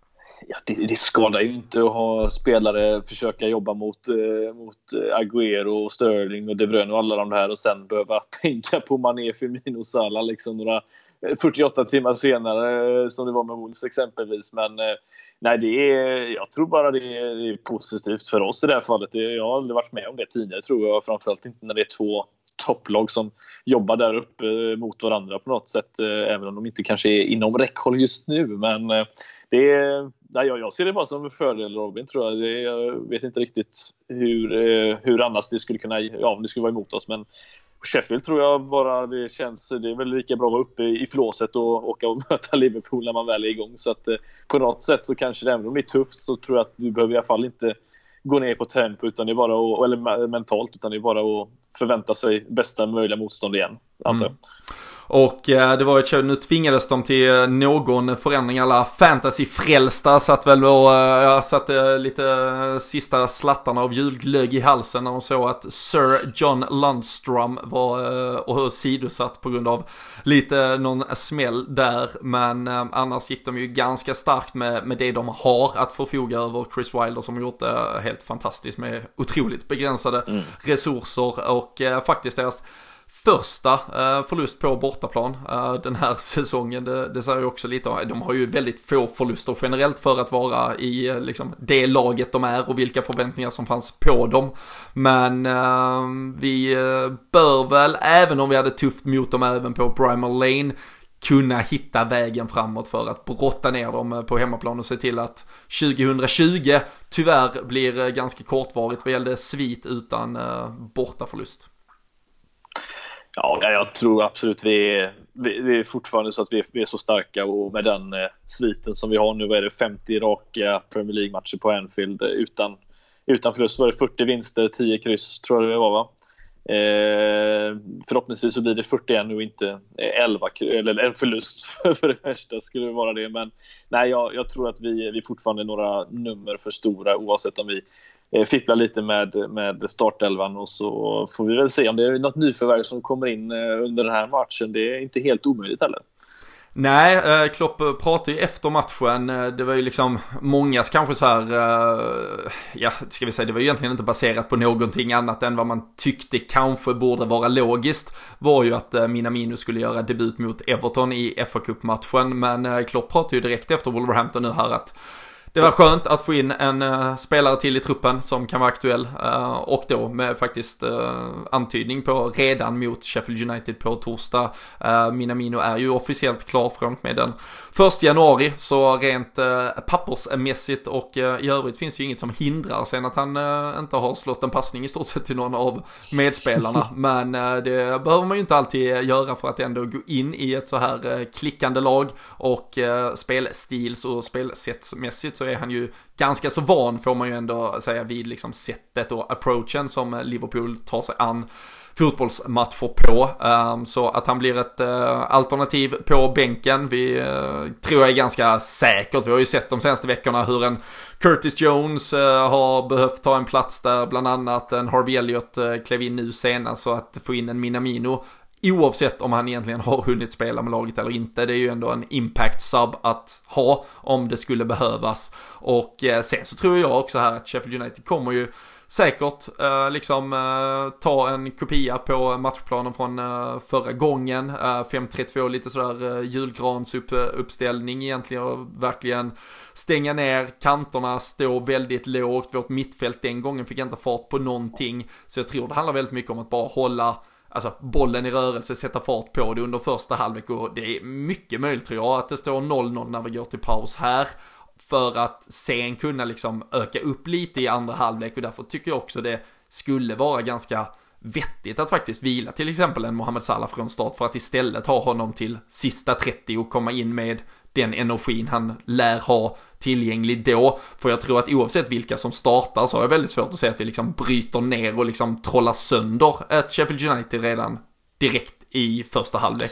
Ja, det, det skadar ju inte att ha spelare försöka jobba mot, eh, mot Agüero och Sterling och De Bruyne och alla de här och sen behöva tänka på Mané, Firmino och Salah liksom några fyrtioåtta timmar senare som det var med Wolves exempelvis. Men eh, nej, det är, jag tror bara det är, det är positivt för oss i det här fallet. Det, jag har aldrig varit med om det tidigare, tror jag, framförallt inte när det är två topplag som jobbar där uppe mot varandra på något sätt, även om de inte kanske är inom räckhåll just nu. Men det är, nej, jag ser det bara som en fördel, Robin, tror jag. Det, jag vet inte riktigt hur, hur annars det skulle kunna, ja, om det skulle vara emot oss, men Sheffield tror jag bara det känns, det är väl lika bra att vara uppe i flåset och åka och möta Liverpool när man väl är igång. Så att på något sätt så kanske det, även om det är tufft, så tror jag att du behöver i alla fall inte gå ner på tempo, utan det är bara att, eller mentalt, utan det är bara att förvänta sig bästa möjliga motstånd igen, antar jag. Mm. Och eh, det var ju, nu tvingades de till någon förändring. Alla fantasy-frälsta satt väl och eh, satt eh, lite sista slattarna av julglögg i halsen när de såg att Sir John Lundstrom var eh, och sidosatt på grund av lite någon smäll där. Men eh, annars gick de ju ganska starkt med, med det de har att förfoga över. Chris Wilder som gjort det eh, helt fantastiskt med otroligt begränsade mm. resurser och eh, faktiskt deras första eh, förlust på bortaplan eh, den här säsongen. Det, det säger ju också lite, de har ju väldigt få förluster generellt för att vara i eh, liksom, det laget de är och vilka förväntningar som fanns på dem. Men eh, vi eh, bör väl, även om vi hade tufft mot dem även på Bramall Lane, kunna hitta vägen framåt för att brotta ner dem på hemmaplan och se till att tjugohundratjugo tyvärr blir ganska kortvarigt vad gällde svit utan eh, bortaförlust. Ja, jag tror absolut vi är, vi är fortfarande så att vi är, vi är så starka, och med den eh, sviten som vi har nu är det femtio raka Premier League-matcher på Anfield utan, utan förlust. Var det fyrtio vinster, tio kryss tror jag det var, va? Eh, förhoppningsvis så blir det fyrtioen och inte elva, eller en förlust för det värsta skulle det vara det. Men nej, jag, jag tror att vi, vi fortfarande är några nummer för stora, oavsett om vi eh, fipplar lite med, med startelvan, och så får vi väl se om det är något nyförvärv som kommer in eh, under den här matchen. Det är inte helt omöjligt heller. Nej, Klopp pratade ju efter matchen. Det var ju liksom mångas kanske så här, ja, ska vi säga, det var ju egentligen inte baserat på någonting annat än vad man tyckte kanske borde vara logiskt, var ju att Minamino skulle göra debut mot Everton i F A Cup-matchen. Men Klopp pratade ju direkt efter Wolverhampton nu här att det var skönt att få in en uh, spelare till i truppen som kan vara aktuell uh, och då med faktiskt uh, antydning på redan mot Sheffield United på torsdag. Uh, Minamino är ju officiellt klar från med den första januari, så rent uh, pappersmässigt och uh, i övrigt finns ju inget som hindrar sen att han uh, inte har slått en passning i stort sett till någon av medspelarna. Men uh, det behöver man ju inte alltid göra för att ändå gå in i ett så här uh, klickande lag, och uh, spelstils och spelsättsmässigt så är han ju ganska så van, får man ju ändå säga, vid liksom sättet och approachen som Liverpool tar sig an fotbollsmatcher på. Um, så att han blir ett uh, alternativ på bänken, vi uh, tror jag är ganska säkert. Vi har ju sett de senaste veckorna hur en Curtis Jones uh, har behövt ta en plats där, bland annat en Harvey Elliott uh, klev in nu senast, så att få in en Minamino, oavsett om han egentligen har hunnit spela med laget eller inte, det är ju ändå en impact sub att ha om det skulle behövas. Och eh, sen så tror jag också här att Sheffield United kommer ju säkert eh, liksom eh, ta en kopia på matchplanen från eh, förra gången, eh, fem tre två, lite sådär eh, julgransuppställning egentligen, och verkligen stänga ner kanterna, stå väldigt lågt. Vårt mittfält den gången fick inte fart på någonting, så jag tror det handlar väldigt mycket om att bara hålla alltså bollen i rörelse, sätta fart på det under första halvlek, och det är mycket möjligt tror jag att det står noll noll när vi går till paus här, för att sen kunna liksom öka upp lite i andra halvlek. Och därför tycker jag också det skulle vara ganska vettigt att faktiskt vila till exempel en Mohamed Salah från start, för att istället ha honom till sista trettio och komma in med den energin han lär ha tillgänglig då. För jag tror att oavsett vilka som startar så är det väldigt svårt att säga att vi liksom bryter ner och liksom trollar sönder ett Sheffield United redan direkt i första halvlek.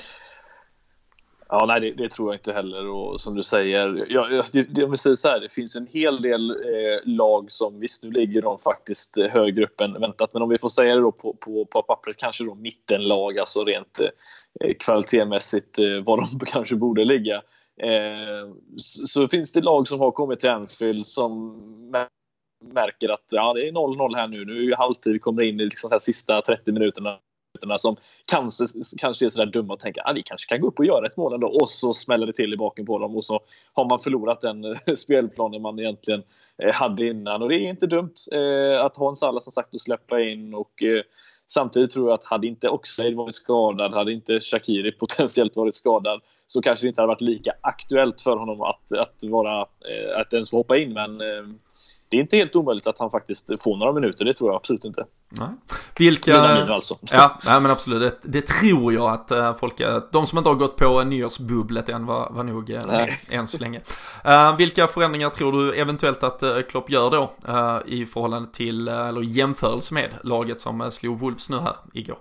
Ja, nej, det, det tror jag inte heller. Och som du säger, ja, det, det, om vi säger så här, det finns en hel del eh, lag som, visst nu ligger de faktiskt eh, högre upp än väntat, men om vi får säga det då på, på, på pappret, kanske då mittenlag, alltså rent eh, kvalitetmässigt eh, var de kanske borde ligga. Eh, så, så finns det lag som har kommit till Anfield som märker att ja, det är noll noll här nu. Nu är ju halvtid, kommer in i liksom de här sista trettio minuterna som kanske, kanske är sådär dumma och tänker att ah, vi kanske kan gå upp och göra ett mål ändå, och så smäller det till i baken på dem och så har man förlorat den spelplanen man egentligen eh, hade innan. Och det är inte dumt eh, att ha en Salah som sagt att släppa in, och eh, samtidigt tror jag att hade inte Oxlade varit skadad, hade inte Shaqiri potentiellt varit skadad, så kanske det inte hade varit lika aktuellt för honom att, att, vara, eh, att ens få hoppa in, men eh, det är inte helt omöjligt att han faktiskt får några minuter, det tror jag absolut inte. Nej. Vilka... Alltså. Ja, nej, men absolut, det, det tror jag att uh, folk, de som inte har gått på nyårsbubblet än var, var nog uh, med, än så länge. Uh, vilka förändringar tror du eventuellt att uh, Klopp gör då uh, i förhållande till, uh, eller jämförelse med laget som uh, slog Wolves nu här igår?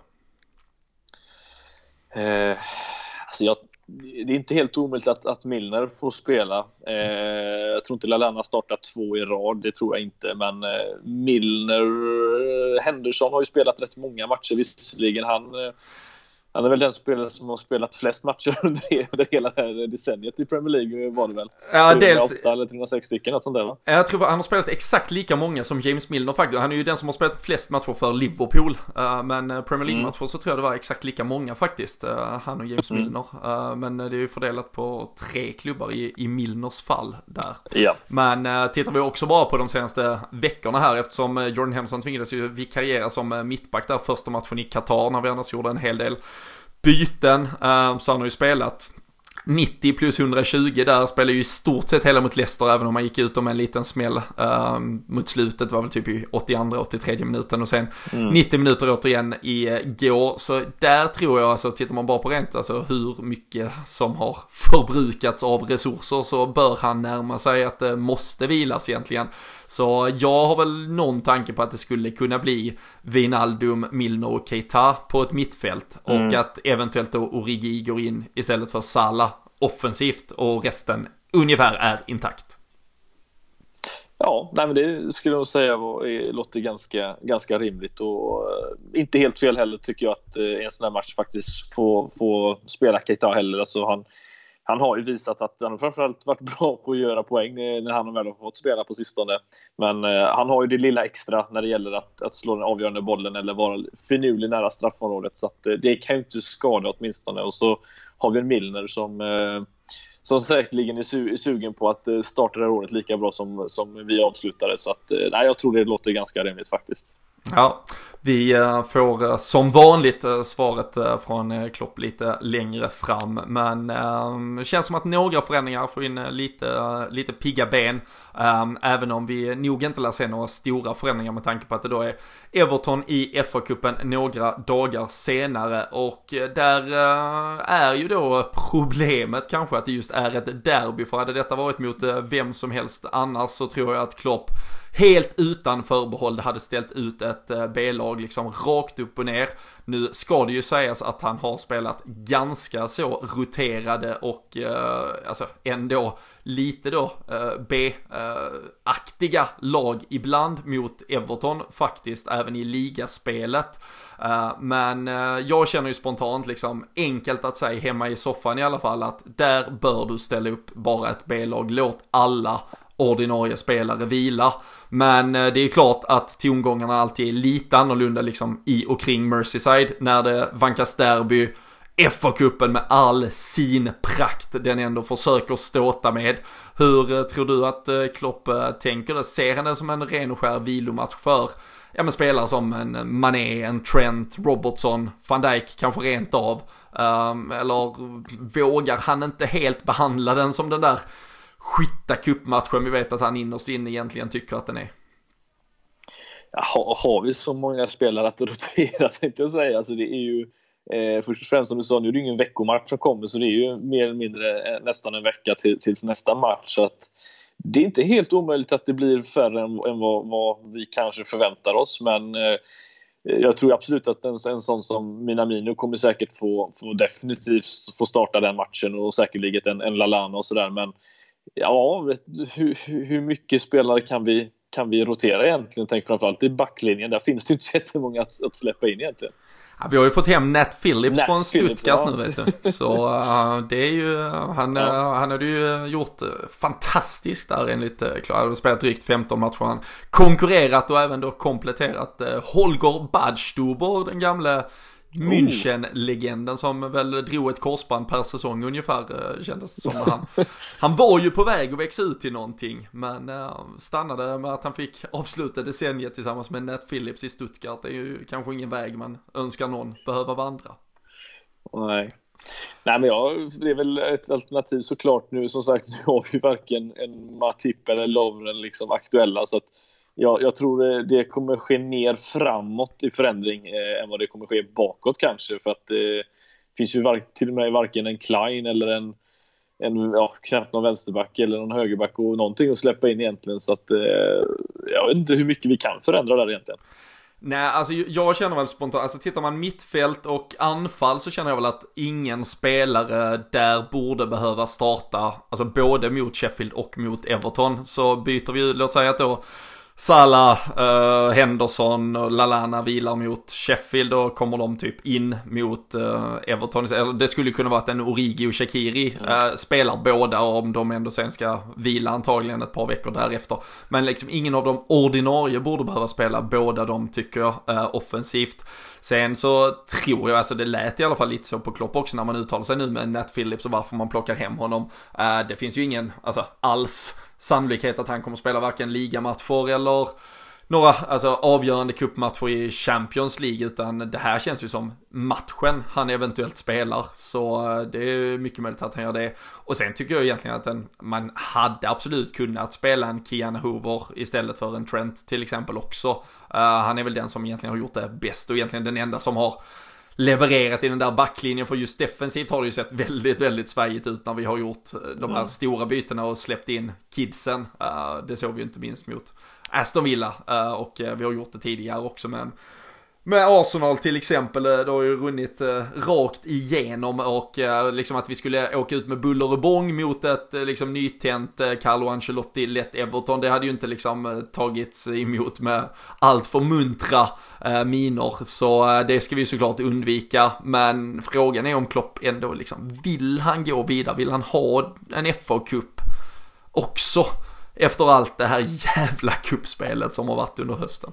Uh, alltså jag Det är inte helt omöjligt att, att Milner får spela. Eh, jag tror inte Lallana startar två i rad, det tror jag inte. Men eh, Milner, Henderson har ju spelat rätt många matcher visserligen. Han, eh, han är väl den spelare som har spelat flest matcher under, under hela det här decenniet i Premier League, var det väl? Ja, dels... eller trehundrasex stycken, något sånt där, va? Jag tror han har spelat exakt lika många som James Milner faktiskt. Han är ju den som har spelat flest matcher för Liverpool. Uh, men Premier League-matcher mm. så tror jag det var exakt lika många faktiskt. Uh, han och James mm. Milner. Uh, men det är ju fördelat på tre klubbar i, i Milners fall där. Ja. Men uh, tittar vi också bara på de senaste veckorna här, eftersom uh, Jordan Henderson tvingades ju vikariera som uh, mittback där första matchen i Qatar, när vi annars gjorde en hel del byten, uh, så han har ju spelat nittio plus hundratjugo där, spelar ju i stort sett hela mot Leicester, även om man gick ut om en liten smäll uh, mot slutet, var väl typ i åttioandra åttiotredje minuten, och sen mm. nittio minuter återigen i uh, går. Så där tror jag, alltså tittar man bara på rent, alltså hur mycket som har förbrukats av resurser, så bör han närma sig att det måste vilas egentligen. Så jag har väl någon tanke på att det skulle kunna bli Wijnaldum, Milner och Keita på ett mittfält, mm. och att eventuellt då Origi går in istället för Salah offensivt, och resten ungefär är intakt. Ja, nej, men det skulle jag nog säga var, låter ganska, ganska rimligt, och uh, inte helt fel heller tycker jag att uh, en sån här match faktiskt får, får spela Keita heller. Alltså han Han har ju visat att han framförallt varit bra på att göra poäng när han väl har fått spela på sistone. Men eh, han har ju det lilla extra när det gäller att, att slå den avgörande bollen eller vara finurlig nära straffområdet. Så att, eh, det kan ju inte skada åtminstone. Och så har vi en Milner som, eh, som säkerligen är, su- är sugen på att eh, starta det här året lika bra som, som vi avslutade. Så att, eh, nej, jag tror det låter ganska rimligt faktiskt. Ja, vi får som vanligt svaret från Klopp lite längre fram, men det känns som att några förändringar får in lite, lite pigga ben, även om vi nog inte lär se några stora förändringar med tanke på att det då är Everton i F A-cupen några dagar senare, och där är ju då problemet kanske att det just är ett derby, för hade detta varit mot vem som helst annars så tror jag att Klopp helt utan förbehåll hade ställt ut ett B-lag liksom rakt upp och ner. Nu ska det ju sägas att han har spelat ganska så roterade och eh, alltså ändå lite då eh, B-aktiga lag ibland mot Everton faktiskt, även i ligaspelet. Uh, men uh, jag känner ju spontant liksom enkelt att säga hemma i soffan i alla fall att där bör du ställa upp bara ett B-lag, låt alla ordinarie spelare vila. Men uh, det är ju klart att tongångarna alltid är lite annorlunda liksom i och kring Merseyside när det vankas derby, F A-cupen med all sin prakt den ändå försöker ståta med. Hur uh, tror du att uh, Klopp uh, tänker det? Ser han det som en ren och skär vilomatch för ja, men spelare som en Mané, en Trent, Robertson, Van Dijk kanske rent av, um, eller vågar han inte helt behandla den som den där skitta cupmatchen vi vet att han innerst inne egentligen tycker att den är? Ja, har vi så många spelare att rotera, tänkte jag säga. Alltså det är ju eh, först och främst som du sa, nu är det ingen veckomatch som kommer, så det är ju mer eller mindre eh, nästan en vecka till, tills nästa match, så att det är inte helt omöjligt att det blir färre än, än vad, vad vi kanske förväntar oss, men eh, jag tror absolut att en, en sån som Minamino kommer säkert få, få definitivt få starta den matchen, och säkerligen en, en Lallana och sådär, men ja, vet, hur, hur mycket spelare kan vi, kan vi rotera egentligen? Tänk framförallt i backlinjen, där finns det inte jättemånga att, att släppa in egentligen. Ja, vi har ju fått hem Nat Phillips Nat från Phillips, Stuttgart ja. nu, vet du. Så uh, det är ju, han, ja. uh, han hade ju gjort uh, fantastiskt där enligt uh, Klar. Han hade spelat drygt femton matcher. Han konkurrerat och även då kompletterat uh, Holger Badstuber, den gamla München-legenden som väl drog ett korsband per säsong ungefär, kändes det som. Han, han var ju på väg att växa ut till någonting, men uh, stannade med att han fick avsluta decenniet tillsammans med Nat Phillips i Stuttgart. Det är ju kanske ingen väg man önskar någon behöva vandra. Nej. Nej, men ja, det är väl ett alternativ såklart nu. Som sagt, nu har vi varken en Matip eller Lovren liksom aktuella, så att Ja, jag tror det kommer ske mer framåt i förändring eh, än vad det kommer ske bakåt kanske. För att det eh, finns ju var- till och med varken en Klein eller en, en ja, knappt någon vänsterback eller någon högerback och någonting att släppa in egentligen. Så att eh, jag vet inte hur mycket vi kan förändra där egentligen. Nej, alltså jag känner väl spontant, alltså tittar man mittfält och anfall så känner jag väl att ingen spelare där borde behöva starta, alltså både mot Sheffield och mot Everton. Så byter vi, låt säga att då Salah, uh, Henderson och Lallana vilar mot Sheffield, och kommer de typ in mot uh, Everton. Eller det skulle kunna vara att en Origi och Shaqiri uh, spelar båda, om de ändå sen ska vila antagligen ett par veckor därefter. Men liksom ingen av de ordinarie borde behöva spela båda de, tycker jag, uh, offensivt. Sen så tror jag, alltså det lät i alla fall lite så på Klopp också när man uttalar sig nu med Nat Phillips och varför man plockar hem honom. Uh, det finns ju ingen, alltså alls sannolikhet att han kommer spela varken ligamatcher eller några alltså, avgörande cupmatcher i Champions League, utan det här känns ju som matchen han eventuellt spelar, så det är mycket möjligt att han gör det. Och sen tycker jag egentligen att en, man hade absolut kunnat spela en Kian Hoover istället för en Trent till exempel också. Uh, han är väl den som egentligen har gjort det bäst och egentligen den enda som har levererat i den där backlinjen, för just defensivt har det ju sett väldigt, väldigt svajigt ut när vi har gjort de här mm. stora bytena och släppt in kidsen. Uh, det såg vi ju inte minst mot Aston Villa, uh, och uh, vi har gjort det tidigare också, men med Arsenal till exempel, det har ju runnit uh, rakt igenom, och uh, liksom att vi skulle åka ut med buller och bång mot ett uh, liksom nytänt uh, Carlo Ancelotti lätt Everton, det hade ju inte liksom uh, tagits emot med allt för muntra uh, miner, så uh, det ska vi såklart undvika. Men frågan är om Klopp ändå liksom, vill han gå vidare, vill han ha en F A-cup också efter allt det här jävla kuppspelet som har varit under hösten?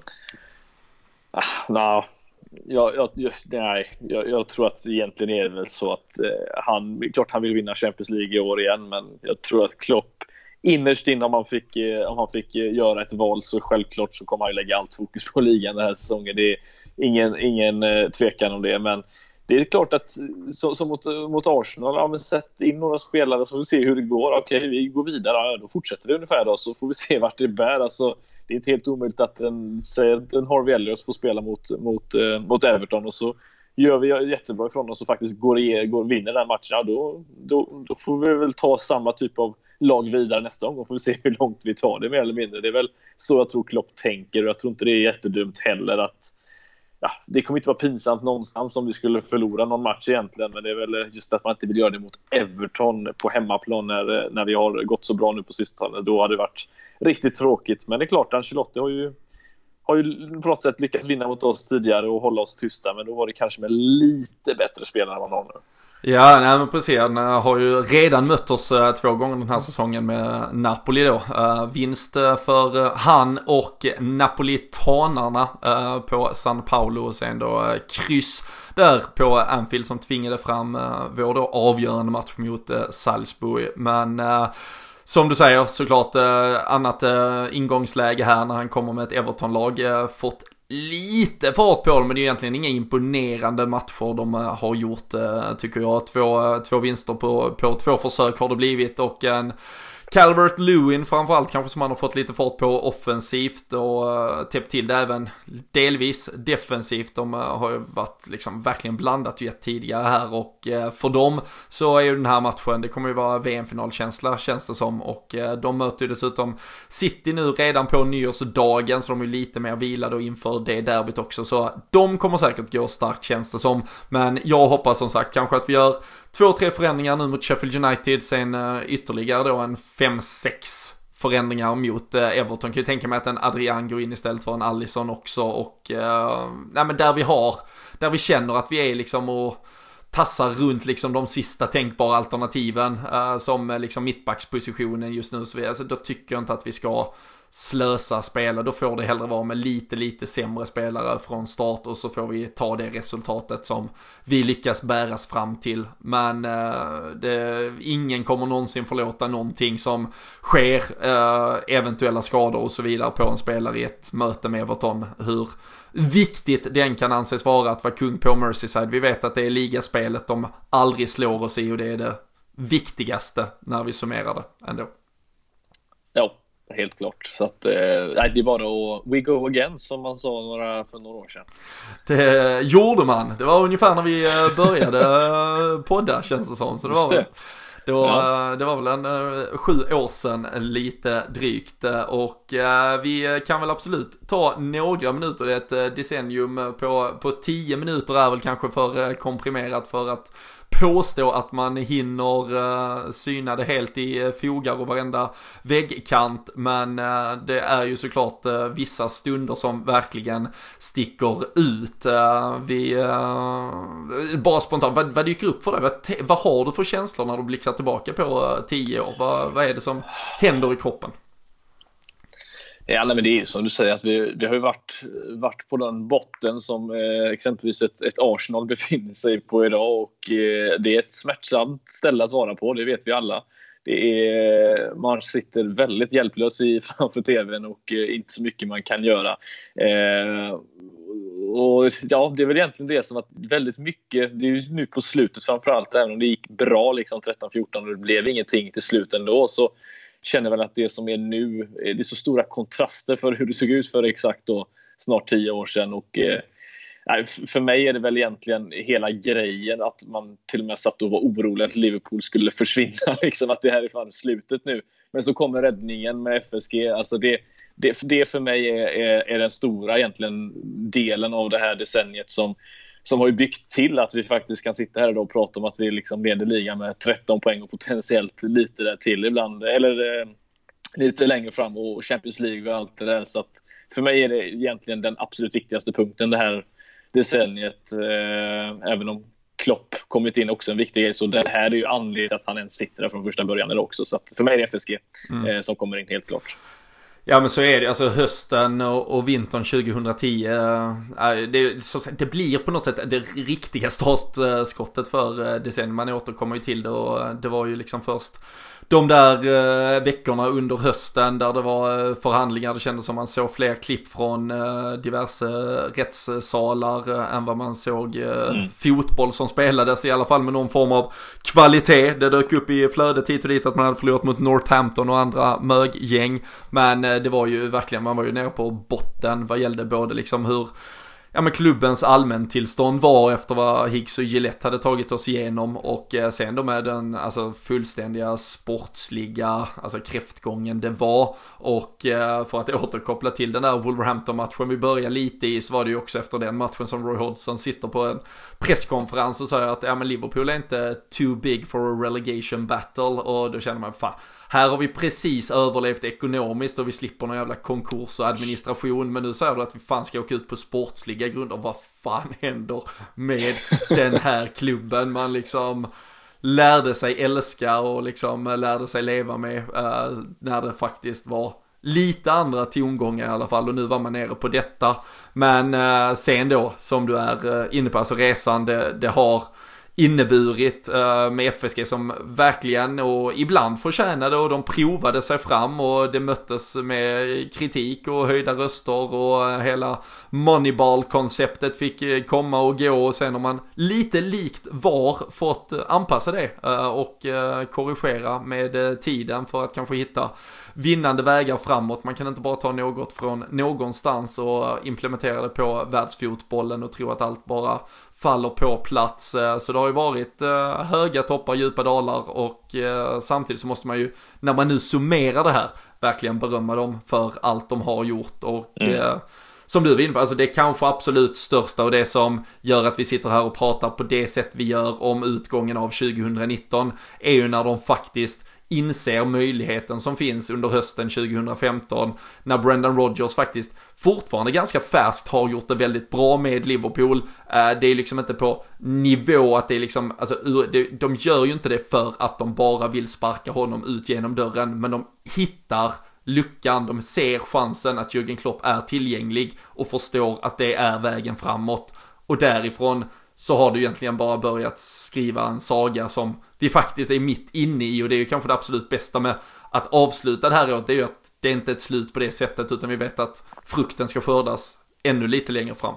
Ah, nej, jag, jag, just, nej. Jag, jag tror att egentligen är det väl så att eh, han, klart han vill vinna Champions League i år igen, men jag tror att Klopp innerst inne, om han fick, eh, om han fick eh, göra ett val, så självklart så kommer han lägga allt fokus på ligan den här säsongen. Det är ingen, ingen eh, tvekan om det, men det är klart att så, så mot, mot Arsenal, ja, men sätt in några spelare så får vi se hur det går. Okej, vi går vidare, ja, då fortsätter vi ungefär då, så får vi se vart det bär. Alltså, det är inte helt omöjligt att en, en Harvey Elliott får spela mot, mot, eh, mot Everton, och så gör vi jättebra ifrån oss och faktiskt går, i, går vinner den matchen. Ja, då, då, då får vi väl ta samma typ av lag vidare nästa gång och får vi se hur långt vi tar det mer eller mindre. Det är väl så jag tror Klopp tänker, och jag tror inte det är jättedumt heller att ja, det kommer inte vara pinsamt någonstans om vi skulle förlora någon match egentligen, men det är väl just att man inte vill göra det mot Everton på hemmaplan när, när vi har gått så bra nu på sistone. Då hade det varit riktigt tråkigt, men det är klart, Ancelotti har ju har ju på något sätt lyckats vinna mot oss tidigare och hålla oss tysta, men då var det kanske med lite bättre spelare än vad någon nu. Ja, nej, men precis. Han har ju redan mött oss uh, två gånger den här säsongen med Napoli då. Uh, vinst uh, för uh, han och napolitanarna uh, på San Paulo, och sen då uh, kryss där på Anfield som tvingade fram uh, vår då avgörande match mot uh, Salzburg. Men uh, som du säger, såklart uh, annat uh, ingångsläge här när han kommer med ett Everton-lag, uh, fått lite fart på dem, men det är egentligen inga imponerande matcher de har gjort, tycker jag. Två, två vinster på, på två försök har det blivit, och en Calvert-Lewin framförallt kanske som man har fått lite fart på offensivt och täppt till det även delvis defensivt. De har ju varit liksom verkligen blandat ju tidigare här, och för dem så är ju den här matchen, det kommer ju vara V M-finalkänsla känns det som, och de möter ju dessutom City nu redan på nyårsdagen, så de är lite mer vilade och inför det derbyt också, så de kommer säkert gå starkt känns det som. Men jag hoppas som sagt kanske att vi gör två, tre förändringar nu mot Sheffield United, sen ytterligare då en fem sex förändringar mot eh, Everton. Kan ju tänka mig att en Adrian går in istället för en Alisson också, och eh, nej, men där vi har, där vi känner att vi är liksom och tassar runt liksom de sista tänkbara alternativen eh, som eh, liksom mittbackspositionen just nu, så vidare. Alltså, då tycker jag inte att vi ska slösa spelare. Då får det hellre vara med lite lite sämre spelare från start, och så får vi ta det resultatet som vi lyckas bäras fram till. Men eh, det, ingen kommer någonsin förlåta någonting som sker, eh, eventuella skador och så vidare på en spelare i ett möte med Everton, hur viktigt den kan anses vara att vara kung på Merseyside. Vi vet att det är ligaspelet de aldrig slår oss i, och det är det viktigaste när vi summerar det ändå. Ja, helt klart. Så att, eh, det är bara att we go again, som man sa några, för några år sedan. Det gjorde man. Det var ungefär när vi började podda, känns det som. Så det var, det. Det, var, ja. det var väl en uh, sju år sedan lite drygt, och uh, vi kan väl absolut ta några minuter. Det är ett uh, decennium på, på tio minuter är väl kanske för uh, komprimerat för att påstå att man hinner uh, syna det helt i uh, fogar och varenda väggkant, men uh, det är ju såklart uh, vissa stunder som verkligen sticker ut. Uh, vi uh, bara spontant, vad, vad dyker upp för dig? Vad, vad har du för känslor när du blickar tillbaka på uh, tio år? Vad, vad är det som händer i kroppen? Ja, men det är ju som du säger, att vi, vi har ju varit, varit på den botten som eh, exempelvis ett, ett Arsenal befinner sig på idag, och eh, det är ett smärtsamt ställe att vara på, det vet vi alla. Det är, man sitter väldigt hjälplös i, framför tvn, och eh, inte så mycket man kan göra. Eh, och ja, det är väl egentligen det som att väldigt mycket, det är ju nu på slutet framförallt, även om det gick bra liksom tretton fjorton och det blev ingenting till slut ändå, så känner väl att det som är nu, det är så stora kontraster för hur det såg ut för exakt då, snart tio år sedan. Och eh, för mig är det väl egentligen hela grejen att man till och med satt och var orolig att Liverpool skulle försvinna, liksom, att det här är fan slutet nu. Men så kommer räddningen med F S G. Alltså det, det, det för mig är, är, är den stora egentligen delen av det här decenniet som som har ju byggt till att vi faktiskt kan sitta här och prata om att vi liksom leder ligan med tretton poäng och potentiellt lite där till ibland, eller eh, lite längre fram, och Champions League och allt det där. Så att för mig är det egentligen den absolut viktigaste punkten det här decenniet, eh, även om Klopp kommit in också en viktig grej, så det här är ju anledningen att han ens sitter där från första början eller också. Så att för mig är det F S G mm. eh, som kommer in helt klart. Ja, men så är det, alltså hösten och, och vintern tjugohundratio, äh, det, så, det blir på något sätt det riktiga startskottet för decenniet. Man återkommer ju till det, och det var ju liksom först de där eh, veckorna under hösten där det var förhandlingar. Det kändes som man såg fler klipp från eh, diverse rättssalar eh, än vad man såg eh, mm. fotboll som spelades, i alla fall med någon form av kvalitet. Det dök upp i flödet hit och dit att man hade förlorat mot Northampton och andra möggäng, men eh, det var ju verkligen, man var ju nere på botten vad gällde både liksom hur ja, men klubbens allmäntillstånd var efter vad Higgs och Gillette hade tagit oss igenom, och eh, sen då med den alltså fullständiga sportsliga alltså kräftgången det var. Och eh, för att återkoppla till den där Wolverhampton-matchen vi började lite i, så var det ju också efter den matchen som Roy Hodgson sitter på en presskonferens och säger att ja, men Liverpool är inte too big for a relegation battle, och då känner man fan, här har vi precis överlevt ekonomiskt och vi slipper någon jävla konkurs och administration, men nu säger du att vi fan ska åka ut på sportsliga grunder. Vad fan händer med den här klubben man liksom lärde sig älska och liksom lärde sig leva med uh, när det faktiskt var lite andra tongångar i alla fall, och nu var man nere på detta. Men uh, sen då, som du är uh, inne på, alltså resan det, det har inneburit uh, med F S G som verkligen och ibland förtjänade, och de provade sig fram och det möttes med kritik och höjda röster, och uh, hela Moneyball-konceptet fick uh, komma och gå, och sen har man lite likt var fått uh, anpassa det uh, och uh, korrigera med uh, tiden för att kanske hitta vinnande vägar framåt. Man kan inte bara ta något från någonstans och implementera det på världsfotbollen och tro att allt bara faller på plats. Så det har ju varit höga toppar, djupa dalar, och samtidigt så måste man ju, när man nu summerar det här, verkligen berömma dem för allt de har gjort. Och mm. som du var inne på, alltså det är kanske absolut största och det som gör att vi sitter här och pratar på det sätt vi gör om utgången av tjugonitton är ju när de faktiskt inser möjligheten som finns under hösten tjugohundrafemton när Brendan Rodgers faktiskt fortfarande ganska färskt har gjort det väldigt bra med Liverpool. Det är liksom inte på nivå att det är liksom, alltså, de gör ju inte det för att de bara vill sparka honom ut genom dörren, men de hittar luckan, de ser chansen att Jürgen Klopp är tillgänglig och förstår att det är vägen framåt, och därifrån så har du egentligen bara börjat skriva en saga som vi faktiskt är mitt inne i, och det är ju kanske det absolut bästa med att avsluta det här året, det är ju att det inte är ett slut på det sättet, utan vi vet att frukten ska skördas ännu lite längre fram.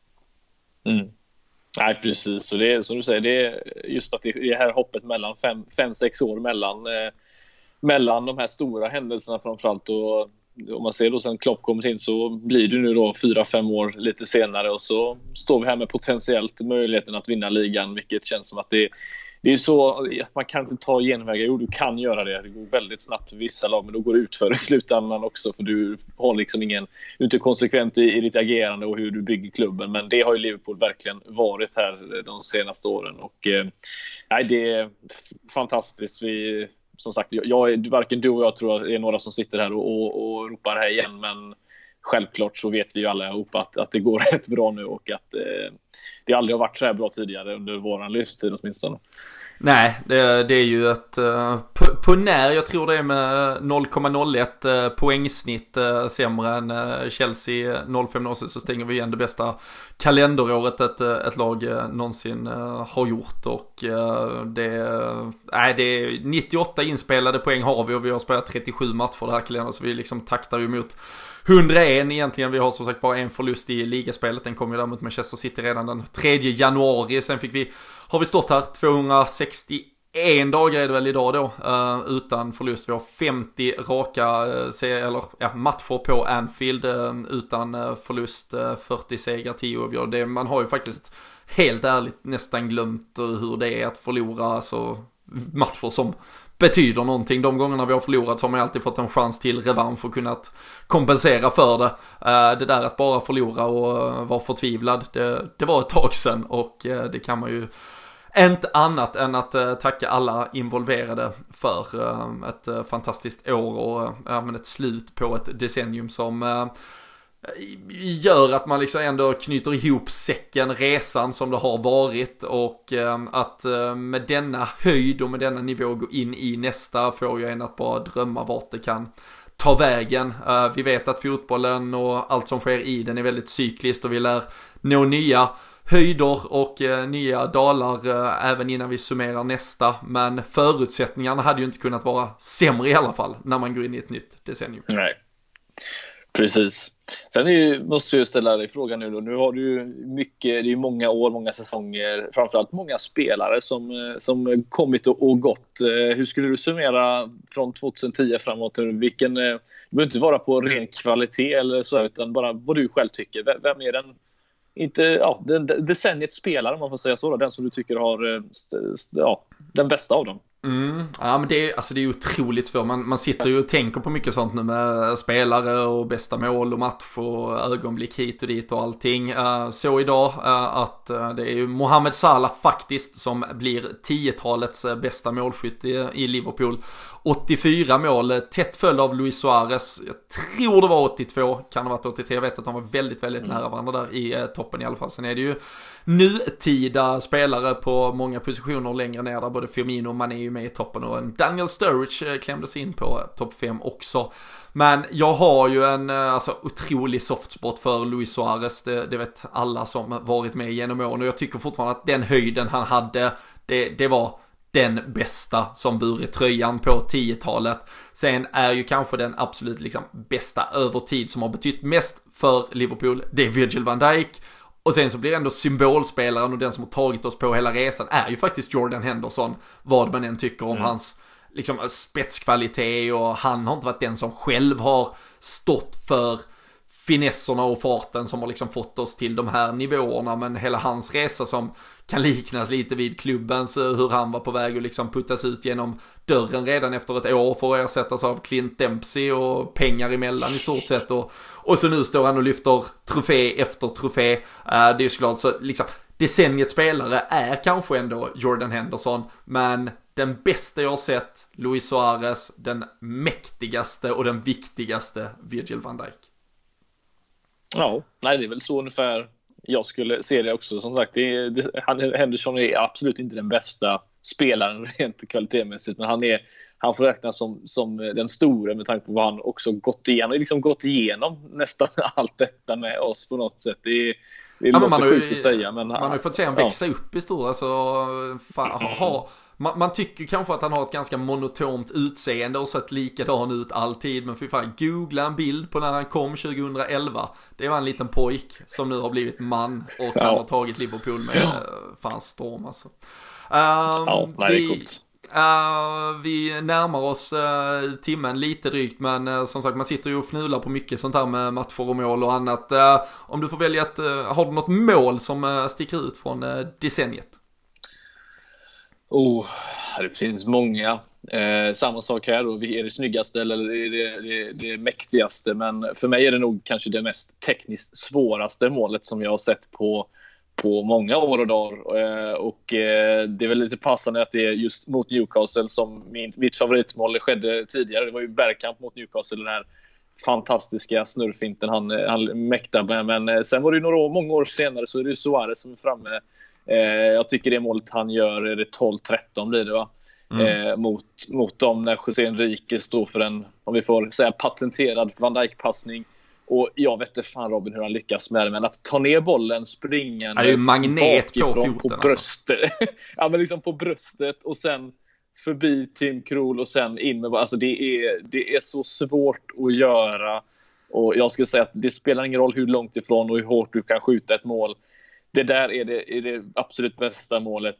Mm. Nej, precis. Och det är som du säger, det är just att det är det här hoppet mellan fem, fem sex år mellan, eh, mellan de här stora händelserna framförallt, och om man ser då sen Klopp kommit in så blir det nu då fyra fem år lite senare, och så står vi här med potentiellt möjligheten att vinna ligan, vilket känns som att det, det är så, man kan inte ta genvägar. Jo, du kan göra det, det går väldigt snabbt för vissa lag, men då går det ut för i slutändan också, för du har liksom ingen, du är inte konsekvent i, i ditt agerande och hur du bygger klubben, men det har ju Liverpool verkligen varit här de senaste åren, och eh, nej, det är fantastiskt. Vi, som sagt, jag är, varken du och jag tror att det är några som sitter här och, och, och ropar här igen, men självklart så vet vi ju alla ihop att, att det går rätt bra nu, och att eh, det aldrig har varit så här bra tidigare under våran livstid åtminstone. Nej, det, det är ju ett uh, på, på när jag tror det är med noll komma noll ett uh, poängsnitt uh, sämre än uh, Chelsea noll fem noll, så stänger vi igen det bästa kalenderåret ett, ett lag uh, någonsin uh, har gjort, och uh, det, uh, nej, det är nittioåtta inspelade poäng har vi, och vi har spelat trettiosju matcher det här kalendern, så vi liksom taktar ju mot hundraen egentligen. Vi har som sagt bara en förlust i ligaspelet, den kom ju där mot Manchester City redan den tredje januari. Sen fick vi, har vi stått här tvåhundrasextioen dagar är det väl idag då, uh, utan förlust. Vi har femtio raka uh, se, eller, ja, matcher på Anfield uh, utan uh, förlust, uh, fyrtio segrar, tio avgör. Det, man har ju faktiskt helt ärligt nästan glömt uh, hur det är att förlora, alltså matcher som betyder någonting. De gångerna vi har förlorat så har man alltid fått en chans till revansch och kunnat kompensera för det. Det där att bara förlora och vara förtvivlad, det, det var ett tag sedan, och det kan man ju inte annat än att tacka alla involverade för ett fantastiskt år och ja, men ett slut på ett decennium som gör att man liksom ändå knyter ihop säcken, resan som det har varit, och eh, att eh, med denna höjd och med denna nivå gå in i nästa får jag en att bara drömma vart det kan ta vägen. Eh, vi vet att fotbollen och allt som sker i den är väldigt cykliskt, och vi lär nå nya höjder och eh, nya dalar eh, även innan vi summerar nästa, men förutsättningarna hade ju inte kunnat vara sämre i alla fall när man går in i ett nytt decennium. Nej, precis. Sen är ju, måste jag ställa dig frågan nu då. Nu har du ju mycket, det är ju många år, många säsonger, framförallt många spelare som, som kommit och, och gått. Hur skulle du summera från tjugohundratio framåt? Vilken, det behöver inte vara på ren kvalitet eller så, utan bara vad du själv tycker. Vem är den, inte, ja, den decenniets spelare, om man får säga så då, den som du tycker har ja, den bästa av dem? Mm. Ja, men det är, alltså det är otroligt svårt. Man, man sitter ju och tänker på mycket sånt nu med spelare och bästa mål och match och ögonblick hit och dit och allting. Uh, så idag uh, att uh, det är ju Mohamed Salah faktiskt som blir tiotalets uh, bästa målskytt i, i Liverpool. åttiofyra mål, tätt följd av Luis Suarez. Jag tror det var åttiotvå, kan det ha varit åttiotre. Jag vet att de var väldigt, väldigt mm. nära varandra där i uh, toppen i alla fall. Sen är det ju nutida spelare på många positioner längre ner där både Firmino och Mané är ju med i toppen, och en Daniel Sturridge klämdes in på topp fem också. Men jag har ju en alltså, otrolig softspot för Luis Suarez, det, det vet alla som varit med genom åren, och jag tycker fortfarande att den höjden han hade, det, det var den bästa som burit tröjan på tiotalet. Sen är ju kanske den absolut liksom, bästa över tid som har betytt mest för Liverpool, det är Virgil van Dijk. Och sen så blir ändå symbolspelaren och den som har tagit oss på hela resan är ju faktiskt Jordan Henderson, vad man än tycker om mm. hans liksom, spetskvalitet, och han har inte varit den som själv har stått för finesserna och farten som har liksom fått oss till de här nivåerna, men hela hans resa som kan liknas lite vid klubbens, hur han var på väg att liksom puttas ut genom dörren redan efter ett år för att ersättas av Clint Dempsey och pengar emellan i stort sett, och, och så nu står han och lyfter trofé efter trofé. Uh, det är ju såklart så liksom decenniets spelare är kanske ändå Jordan Henderson, men den bästa jag har sett, Luis Suarez, den mäktigaste och den viktigaste, Virgil van Dijk. Ja, nej, det är väl så ungefär jag skulle se det också. Som sagt, det är, det, han, Henderson är absolut inte den bästa spelaren rent kvalitetsmässigt, men han är han får räknas som, som den stora med tanke på vad han också gått igenom, liksom gått igenom nästan allt detta med oss på något sätt. Det är, det är ja, låter sjukt att säga, men man har ju fått se han växa ja. upp i stor, alltså, fan, ha, ha, man, man tycker kanske att han har ett ganska monotont utseende och sett likadan ut alltid, men för fan, googla en bild på när han kom tjugohundraelva. Det var en liten pojk som nu har blivit man och ja. han har tagit Liverpool med ja. fan storm alltså. Um, ja, nej, det är coolt. Uh, vi närmar oss uh, timmen lite drygt, men uh, som sagt, man sitter ju och fnular på mycket sånt här med matcher och mål och annat. Uh, om du får välja att, uh, har du något mål som uh, sticker ut från uh, decenniet? Oh, det finns många. Eh, samma sak här då, vi är det snyggaste eller det, det, det, det mäktigaste, men för mig är det nog kanske det mest tekniskt svåraste målet som jag har sett på på många år och dagar, och det är väl lite passande att det är just mot Newcastle som min, mitt favoritmål skedde tidigare. Det var ju Bergkamp mot Newcastle, den här fantastiska snurrfinten han, han mäktade med, men sen var det ju några år, många år senare så är det ju Suarez som är framme. Jag tycker det målet han gör är det tolv tretton blir det va? Mm. mot, mot dem när José Enrique står för en, om vi får säga, patenterad Van Dijk-passning. Och jag vet inte fan Robin hur han lyckas med det, men att ta ner bollen, springa det är ju magnet på foten på bröstet. Alltså. Ja, men liksom på bröstet och sen förbi Tim Krul och sen in med, alltså det är, det är så svårt att göra, och jag skulle säga att det spelar ingen roll hur långt ifrån och hur hårt du kan skjuta ett mål. Det där är det, är det absolut bästa målet.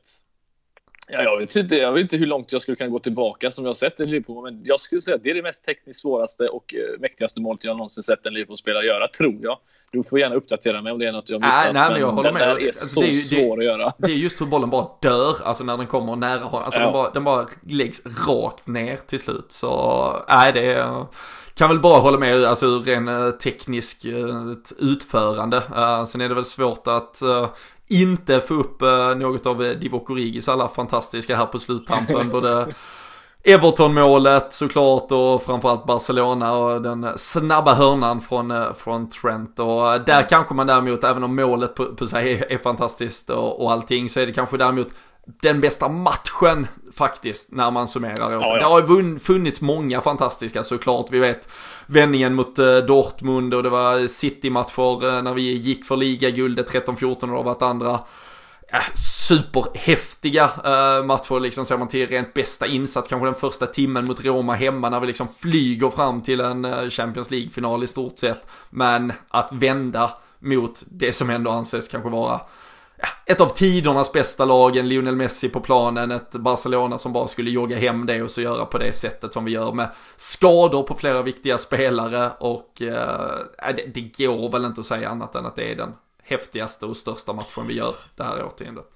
Ja, jag vet inte, jag vet inte hur långt jag skulle kunna gå tillbaka som jag har sett en Liverpool, men jag skulle säga att det är det mest tekniskt svåraste och uh, mäktigaste målet jag någonsin sett en Liverpool-spelare göra, tror jag. Du får gärna uppdatera mig om det är något jag missat. Nej, nej, men jag håller den med. Där är alltså, så det är ju, svår det, att göra. Det är just hur bollen bara dör, alltså när den kommer nära honom. Alltså ja. den, bara, den bara läggs rakt ner till slut. Så nej, det är, kan väl bara hålla med, alltså ur en teknisk uh, utförande. Uh, sen är det väl svårt att uh, inte få upp uh, något av Divock Origis alla fantastiska här på sluttampen. Både Everton-målet såklart och framförallt Barcelona och den snabba hörnan från, uh, från Trent. Och uh, där kanske man däremot, även om målet på, på sig är, är fantastiskt och, och allting, så är det kanske däremot den bästa matchen faktiskt när man summerar. Ja, ja. Det har vunn, funnits många fantastiska såklart. Vi vet vändningen mot uh, Dortmund, och det var City-matcher uh, när vi gick för ligaguldet tretton fjorton, och det har varit andra uh, superhäftiga uh, matcher liksom, ser man till rent bästa insats. Kanske den första timmen mot Roma hemma när vi liksom flyger fram till en uh, Champions League-final i stort sett. Men att vända mot det som ändå anses kanske vara ja, ett av tidernas bästa lag, en Lionel Messi på planen, ett Barcelona som bara skulle jogga hem det och så göra på det sättet som vi gör med skador på flera viktiga spelare, och eh, det, det går väl inte att säga annat än att det är den häftigaste och största matchen vi gör det här årtiondet.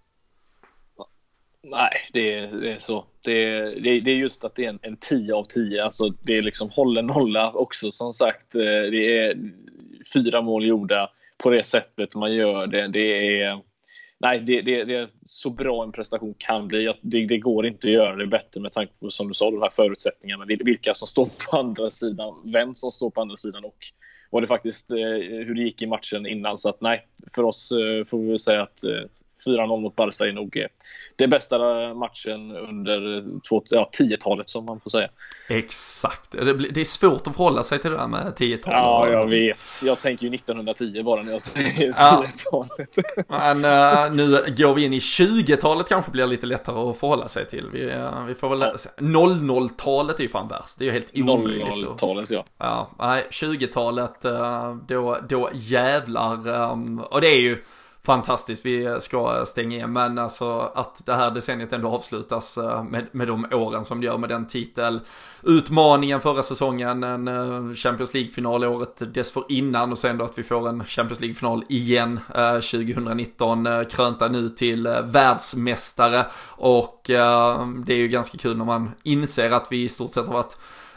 Nej, det är, det är så. Det är, det, är, det är just att det är en, en tio av tio. Alltså det är liksom håller nolla också, som sagt. Det är fyra mål gjorda på det sättet man gör det. Det är, nej, det, det, det är så bra en prestation kan bli. Det, det går inte att göra det bättre med tanke på, som du sa, de här förutsättningarna. Vilka som står på andra sidan, vem som står på andra sidan och vad det faktiskt, hur det gick i matchen innan. Så att nej, för oss får vi säga att fyra noll mot Barca är nog det bästa matchen under två, ja, tio-talet som man får säga. Exakt. Det, det är svårt att förhålla sig till det där med tio-talet. Ja, jag vet. Jag tänker ju nittonhundratio bara när jag säger ja. tio-talet. Men uh, nu går vi in i tjugotalet, kanske blir lite lättare att förhålla sig till. Vi, uh, vi får väl ja. noll noll-talet är ju fan värst. Det är ju helt omöjligt. noll noll-talet, ja. Ja, nej, tjugotalet, uh, då, då jävlar. Um, och det är ju fantastiskt, vi ska stänga igen, men alltså att det här decenniet ändå avslutas med, med de åren som det gör, med den titel utmaningen förra säsongen, en Champions League-final året dessförinnan, och sen då att vi får en Champions League-final igen eh, tjugonitton, eh, krönta nu till eh, världsmästare, och eh, det är ju ganska kul när man inser att vi i stort sett har varit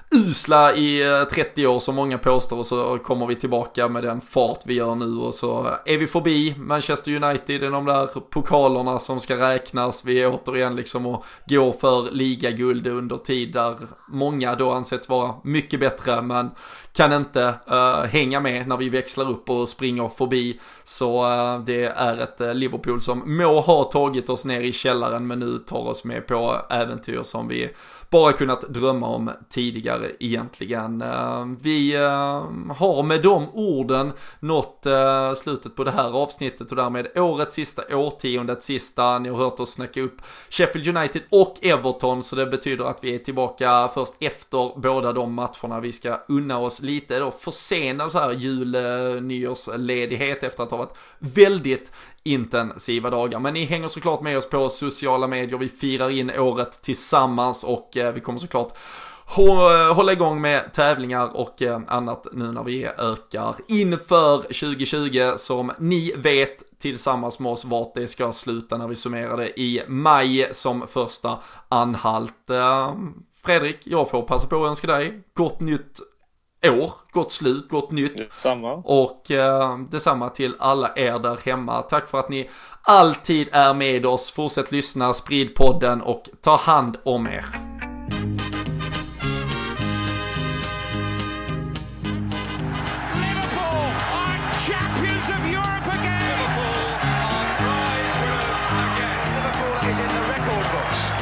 usla i trettio år som många påstår, och så kommer vi tillbaka med den fart vi gör nu, och så är vi förbi Manchester United i de där pokalerna som ska räknas. Vi är återigen liksom och går för ligaguld under tid där många då ansetts vara mycket bättre men kan inte uh, hänga med när vi växlar upp och springer förbi. Så uh, det är ett uh, Liverpool som må ha tagit oss ner i källaren men nu tar oss med på äventyr som vi bara kunnat drömma om tidigare egentligen. Uh, vi uh, har med de orden nått uh, slutet på det här avsnittet och därmed årets sista, årtiondets sista. Ni har hört oss snacka upp Sheffield United och Everton, så det betyder att vi är tillbaka först efter båda de matcherna. Vi ska unna oss lite då försenad så här jul, nyårsledighet efter att ha varit väldigt intensiva dagar. Men ni hänger såklart med oss på sociala medier. Vi firar in året tillsammans och eh, vi kommer såklart hålla igång med tävlingar och eh, annat nu när vi ökar inför tjugo tjugo, som ni vet tillsammans med oss vart det ska sluta när vi summerar det i maj som första anhalt. Eh, Fredrik, jag får passa på att önska dig gott nytt år, gott slut, gott nytt. Detsamma. Och eh, detsamma till alla er där hemma. Tack för att ni alltid är med oss. Fortsätt lyssna, sprid podden och ta hand om er. Liverpool are champions of Europe again. Liverpool are prize winners again. Liverpool is in the record books.